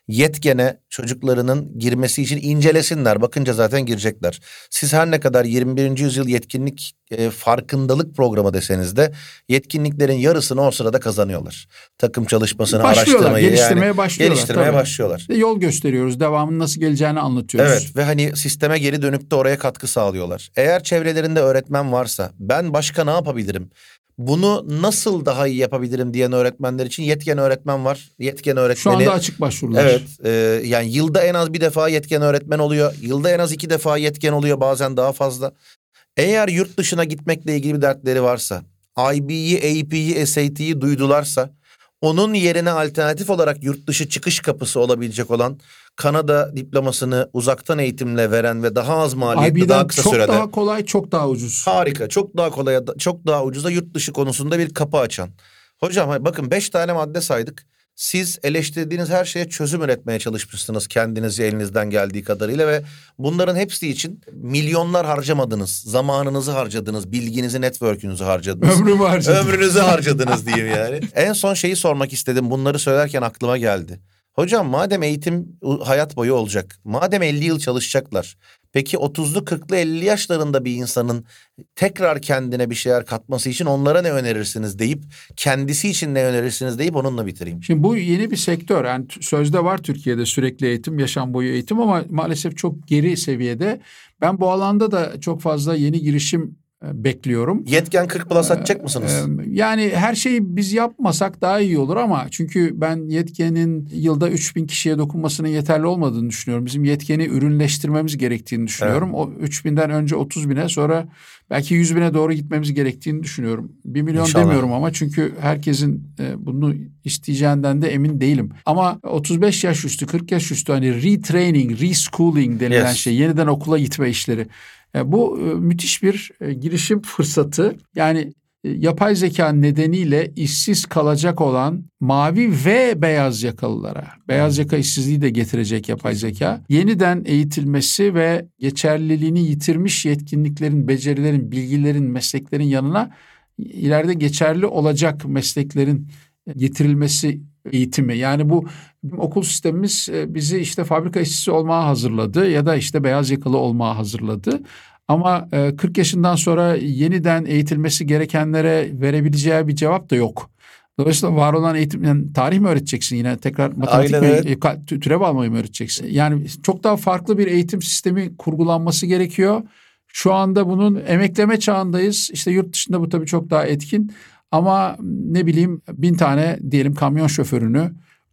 yetkene çocuklarının girmesi için incelesinler. Bakınca zaten girecekler. Siz her ne kadar yirmi birinci yüzyıl yetkinlik e, farkındalık programı deseniz de yetkinliklerin yarısını o sırada kazanıyorlar. Takım çalışmasını, araştırmayı geliştirmeye yani başlıyorlar. geliştirmeye tabii. başlıyorlar. Yol gösteriyoruz, devamının nasıl geleceğini anlatıyoruz. Evet ve hani sisteme geri dönüp de oraya katkı sağlıyorlar. Eğer çevrelerinde öğretmen varsa ben başka ne yapabilirim? Bunu nasıl daha iyi yapabilirim diyen öğretmenler için yetken öğretmen var. Yetken öğretmeni. Şu anda açık başvurular. Evet. E, yani yılda en az bir defa yetken öğretmen oluyor. Yılda en az iki defa yetken oluyor, bazen daha fazla. Eğer yurt dışına gitmekle ilgili bir dertleri varsa, I B'yi, A P'yi, S A T'yi duydularsa, onun yerine alternatif olarak yurt dışı çıkış kapısı olabilecek olan Kanada diplomasını uzaktan eğitimle veren ve daha az maliyetli, daha kısa çok sürede. Çok daha kolay, çok daha ucuz. Harika. Çok daha kolay, çok daha ucuza yurt dışı konusunda bir kapı açan. Hocam bakın beş tane madde saydık. Siz eleştirdiğiniz her şeye çözüm üretmeye çalışmışsınız kendinizce elinizden geldiği kadarıyla ve bunların hepsi için milyonlar harcamadınız. Zamanınızı harcadınız, bilginizi, network'ünüzü harcadınız. Ömrümü harcadım. Ömrünüzü harcadınız diyeyim yani. En son şeyi sormak istedim. Bunları söylerken aklıma geldi. Hocam madem eğitim hayat boyu olacak, madem elli yıl çalışacaklar, peki otuzlu, kırklı, ellili yaşlarında bir insanın tekrar kendine bir şeyler katması için onlara ne önerirsiniz deyip, kendisi için ne önerirsiniz deyip onunla bitireyim. Şimdi bu yeni bir sektör. Yani sözde var Türkiye'de sürekli eğitim, yaşam boyu eğitim ama maalesef çok geri seviyede. Ben bu alanda da çok fazla yeni girişim bekliyorum. Yetken kırk plus atacak mısınız? Yani her şeyi biz yapmasak daha iyi olur ama çünkü ben yetkenin yılda üç bin kişiye dokunmasının yeterli olmadığını düşünüyorum. Bizim yetkeni ürünleştirmemiz gerektiğini düşünüyorum. Evet. O üç binden önce otuz bine, sonra belki yüz bine doğru gitmemiz gerektiğini düşünüyorum. bir milyon İnşallah. Demiyorum ama çünkü herkesin bunu isteyeceğinden de emin değilim. Ama otuz beş yaş üstü, kırk yaş üstü hani retraining, reschooling denilen yes. şey, yeniden okula gitme işleri. Bu müthiş bir girişim fırsatı. Yani yapay zeka nedeniyle işsiz kalacak olan mavi ve beyaz yakalılara, beyaz yaka işsizliği de getirecek yapay zeka, yeniden eğitilmesi ve geçerliliğini yitirmiş yetkinliklerin, becerilerin, bilgilerin, mesleklerin yanına ileride geçerli olacak mesleklerin getirilmesi eğitimi. Yani bu okul sistemimiz bizi işte fabrika işçisi olmaya hazırladı ya da işte beyaz yakalı olmaya hazırladı. Ama kırk yaşından sonra yeniden eğitilmesi gerekenlere verebileceği bir cevap da yok. Dolayısıyla var olan eğitim, yani tarih mi öğreteceksin yine, tekrar matematik mi, evet. türev almayı mı öğreteceksin? Yani çok daha farklı bir eğitim sistemi kurgulanması gerekiyor. Şu anda bunun emekleme çağındayız. İşte yurt dışında bu tabii çok daha etkin. Ama ne bileyim bin tane diyelim kamyon şoförünü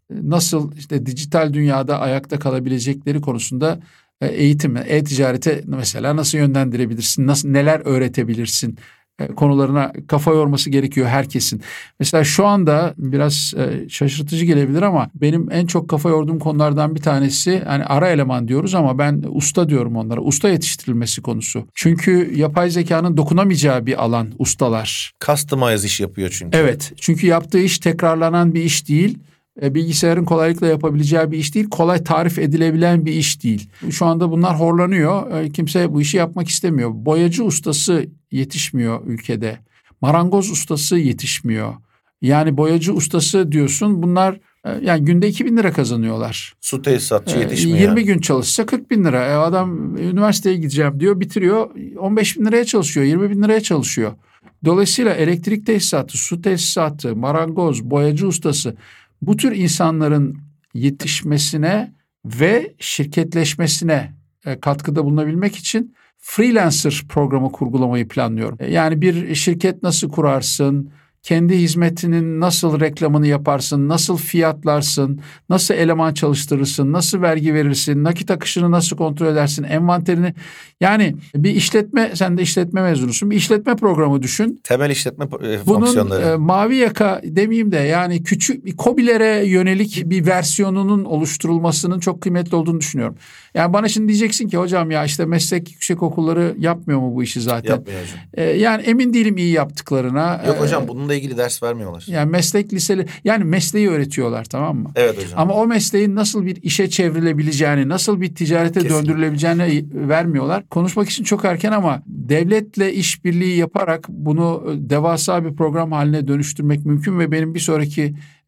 nasıl işte dijital dünyada ayakta kalabilecekleri konusunda eğitim, e-ticarete mesela nasıl yönlendirebilirsin, nasıl neler öğretebilirsin konularına kafa yorması gerekiyor herkesin. Mesela şu anda biraz şaşırtıcı gelebilir ama benim en çok kafa yorduğum konulardan bir tanesi, hani ara eleman diyoruz ama ben usta diyorum onlara. Usta yetiştirilmesi konusu. Çünkü yapay zekanın dokunamayacağı bir alan ustalar. Customize iş yapıyor çünkü. Evet, çünkü yaptığı iş tekrarlanan bir iş değil. Bilgisayarın kolaylıkla yapabileceği bir iş değil, kolay tarif edilebilen bir iş değil. Şu anda bunlar horlanıyor. Kimse bu işi yapmak istemiyor. Boyacı ustası yetişmiyor ülkede. Marangoz ustası yetişmiyor. Yani boyacı ustası diyorsun, bunlar yani günde iki bin lira kazanıyorlar. Su tesisatçı yetişmiyor. yirmi gün çalışsa kırk bin lira. E adam üniversiteye gideceğim diyor, bitiriyor. on beş bin liraya çalışıyor, yirmi bin liraya çalışıyor. Dolayısıyla elektrik tesisatı, su tesisatı, marangoz, boyacı ustası, bu tür insanların yetişmesine ve şirketleşmesine katkıda bulunabilmek için freelancer programı kurgulamayı planlıyorum. Yani bir şirket nasıl kurarsın, kendi hizmetinin nasıl reklamını yaparsın, nasıl fiyatlarsın, nasıl eleman çalıştırırsın, nasıl vergi verirsin, nakit akışını nasıl kontrol edersin, envanterini. Yani bir işletme, sen de işletme mezunusun, bir işletme programı düşün. Temel işletme fonksiyonları. Bunun e, mavi yaka demeyeyim de yani küçük KOBİ'lere yönelik bir versiyonunun oluşturulmasının çok kıymetli olduğunu düşünüyorum. Yani bana şimdi diyeceksin ki hocam ya işte meslek yüksek okulları yapmıyor mu bu işi zaten? Yapmıyor hocam. E, yani emin değilim iyi yaptıklarına. Yok hocam, bununla ilgili ders vermiyorlar. Yani meslek liseli, yani mesleği öğretiyorlar, tamam mı? Evet hocam. Ama o mesleğin nasıl bir işe çevrilebileceğini, nasıl bir ticarete Kesinlikle. döndürülebileceğini vermiyorlar. Konuşmak için çok erken ama devletle işbirliği yaparak bunu devasa bir program haline dönüştürmek mümkün ve benim bir sonraki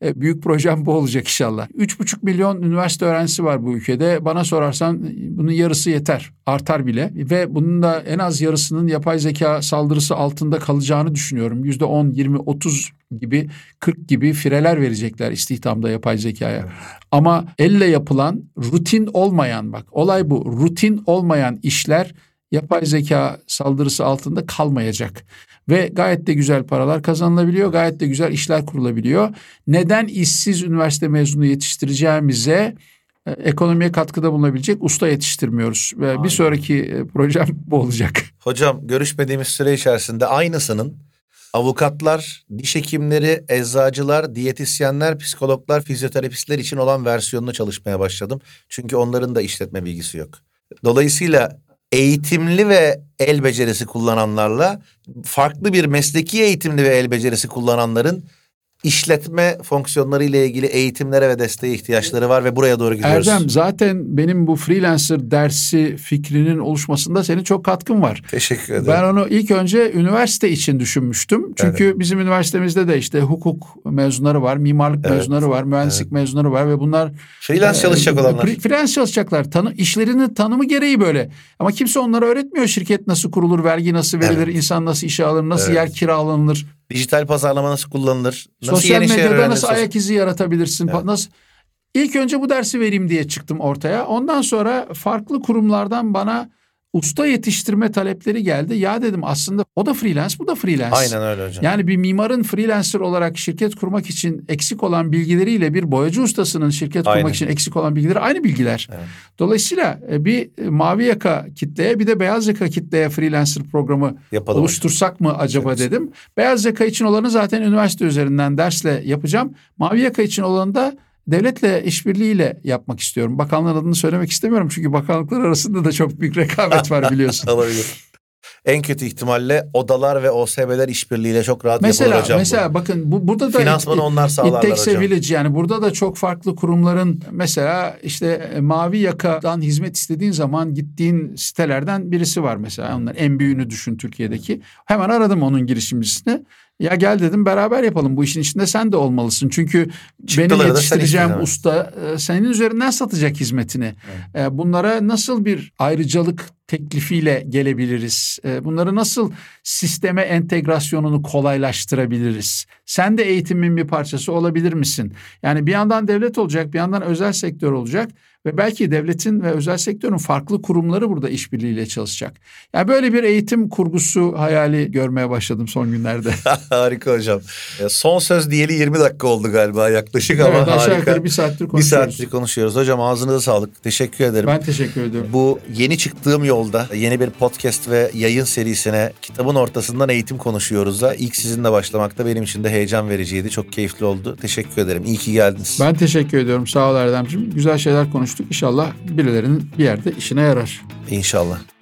E, büyük projem bu olacak inşallah. üç buçuk milyon üniversite öğrencisi var bu ülkede. Bana sorarsan bunun yarısı yeter. Artar bile. Ve bunun da en az yarısının yapay zeka saldırısı altında kalacağını düşünüyorum. yüzde on, yirmi, otuz gibi, kırk gibi fireler verecekler istihdamda yapay zekaya. Evet. Ama elle yapılan, rutin olmayan, bak olay bu, rutin olmayan işler yapay zeka saldırısı altında kalmayacak. Ve gayet de güzel paralar kazanılabiliyor, gayet de güzel işler kurulabiliyor. Neden işsiz üniversite mezunu yetiştireceğimize e, ekonomiye katkıda bulunabilecek usta yetiştirmiyoruz. Ve Aynen. bir sonraki e, projem bu olacak. Hocam, görüşmediğimiz süre içerisinde aynısının avukatlar, diş hekimleri, eczacılar, diyetisyenler, psikologlar, fizyoterapistler için olan versiyonunu çalışmaya başladım. Çünkü onların da işletme bilgisi yok. Dolayısıyla eğitimli ve el becerisi kullananlarla farklı bir mesleki eğitimli ve el becerisi kullananların işletme fonksiyonları ile ilgili eğitimlere ve desteğe ihtiyaçları var ve buraya doğru gidiyoruz. Erdem, zaten benim bu freelancer dersi fikrinin oluşmasında senin çok katkın var. Teşekkür ederim. Ben onu ilk önce üniversite için düşünmüştüm. Çünkü evet. bizim üniversitemizde de işte hukuk mezunları var, mimarlık evet. mezunları var, mühendislik evet. mezunları var ve bunlar freelance e, çalışacak olanlar. Freelance çalışacaklar. Tanı, işlerinin tanımı gereği böyle. Ama kimse onlara öğretmiyor şirket nasıl kurulur, vergi nasıl verilir, evet. insan nasıl işe alınır, nasıl evet. yer kiralanır. Dijital pazarlama nasıl kullanılır? Nasıl Sosyal yeni medyada nasıl ayak izi yaratabilirsin? Evet. Nasıl? İlk önce bu dersi vereyim diye çıktım ortaya. Ondan sonra farklı kurumlardan bana usta yetiştirme talepleri geldi. Ya dedim, aslında o da freelance, bu da freelance. Aynen öyle hocam. Yani bir mimarın freelancer olarak şirket kurmak için eksik olan bilgileriyle bir boyacı ustasının şirket kurmak Aynen. için eksik olan bilgileri aynı bilgiler. Evet. Dolayısıyla bir mavi yaka kitleye, bir de beyaz yaka kitleye freelancer programı Yapalım oluştursak hocam. mı acaba evet. dedim. Beyaz yaka için olanı zaten üniversite üzerinden dersle yapacağım. Mavi yaka için olanı da devletle işbirliğiyle yapmak istiyorum. Bakanlığın adını söylemek istemiyorum çünkü bakanlıklar arasında da çok büyük rekabet var biliyorsun. Olabilir. En kötü ihtimalle odalar ve O S B'ler işbirliğiyle çok rahat mesela, yapılır hocam. Mesela bu. bakın bu, burada da finansmanı it, onlar sağlarlar it hocam. Village, yani burada da çok farklı kurumların, mesela işte mavi yakadan hizmet istediğin zaman gittiğin sitelerden birisi var mesela. Onlar en büyüğünü düşün Türkiye'deki. Hemen aradım onun girişimcisini. Ya gel dedim, beraber yapalım, bu işin içinde sen de olmalısın. Çünkü Çıktıları benim yetiştireceğim usta senin üzerinden satacak hizmetini. Evet. Bunlara nasıl bir ayrıcalık teklifiyle gelebiliriz? Bunları nasıl sisteme entegrasyonunu kolaylaştırabiliriz? Sen de eğitimin bir parçası olabilir misin? Yani bir yandan devlet olacak, bir yandan özel sektör olacak. Ve belki devletin ve özel sektörün farklı kurumları burada işbirliğiyle çalışacak. Yani böyle bir eğitim kurgusu hayali görmeye başladım son günlerde. Harika hocam. Son söz diyeli yirmi dakika oldu galiba yaklaşık evet, ama harika. Aşağı yukarı bir saattir konuşuyoruz. Bir saattir konuşuyoruz. Hocam ağzınıza sağlık. Teşekkür ederim. Ben teşekkür ediyorum. Bu yeni çıktığım yolda yeni bir podcast ve yayın serisine kitabın ortasından eğitim konuşuyoruz da ilk sizinle başlamak da benim için de heyecan vericiydi. Çok keyifli oldu. Teşekkür ederim. İyi ki geldiniz. Ben teşekkür ediyorum. Sağ ol Erdemciğim. Güzel şeyler konuştuk. İnşallah birilerinin bir yerde işine yarar. İnşallah.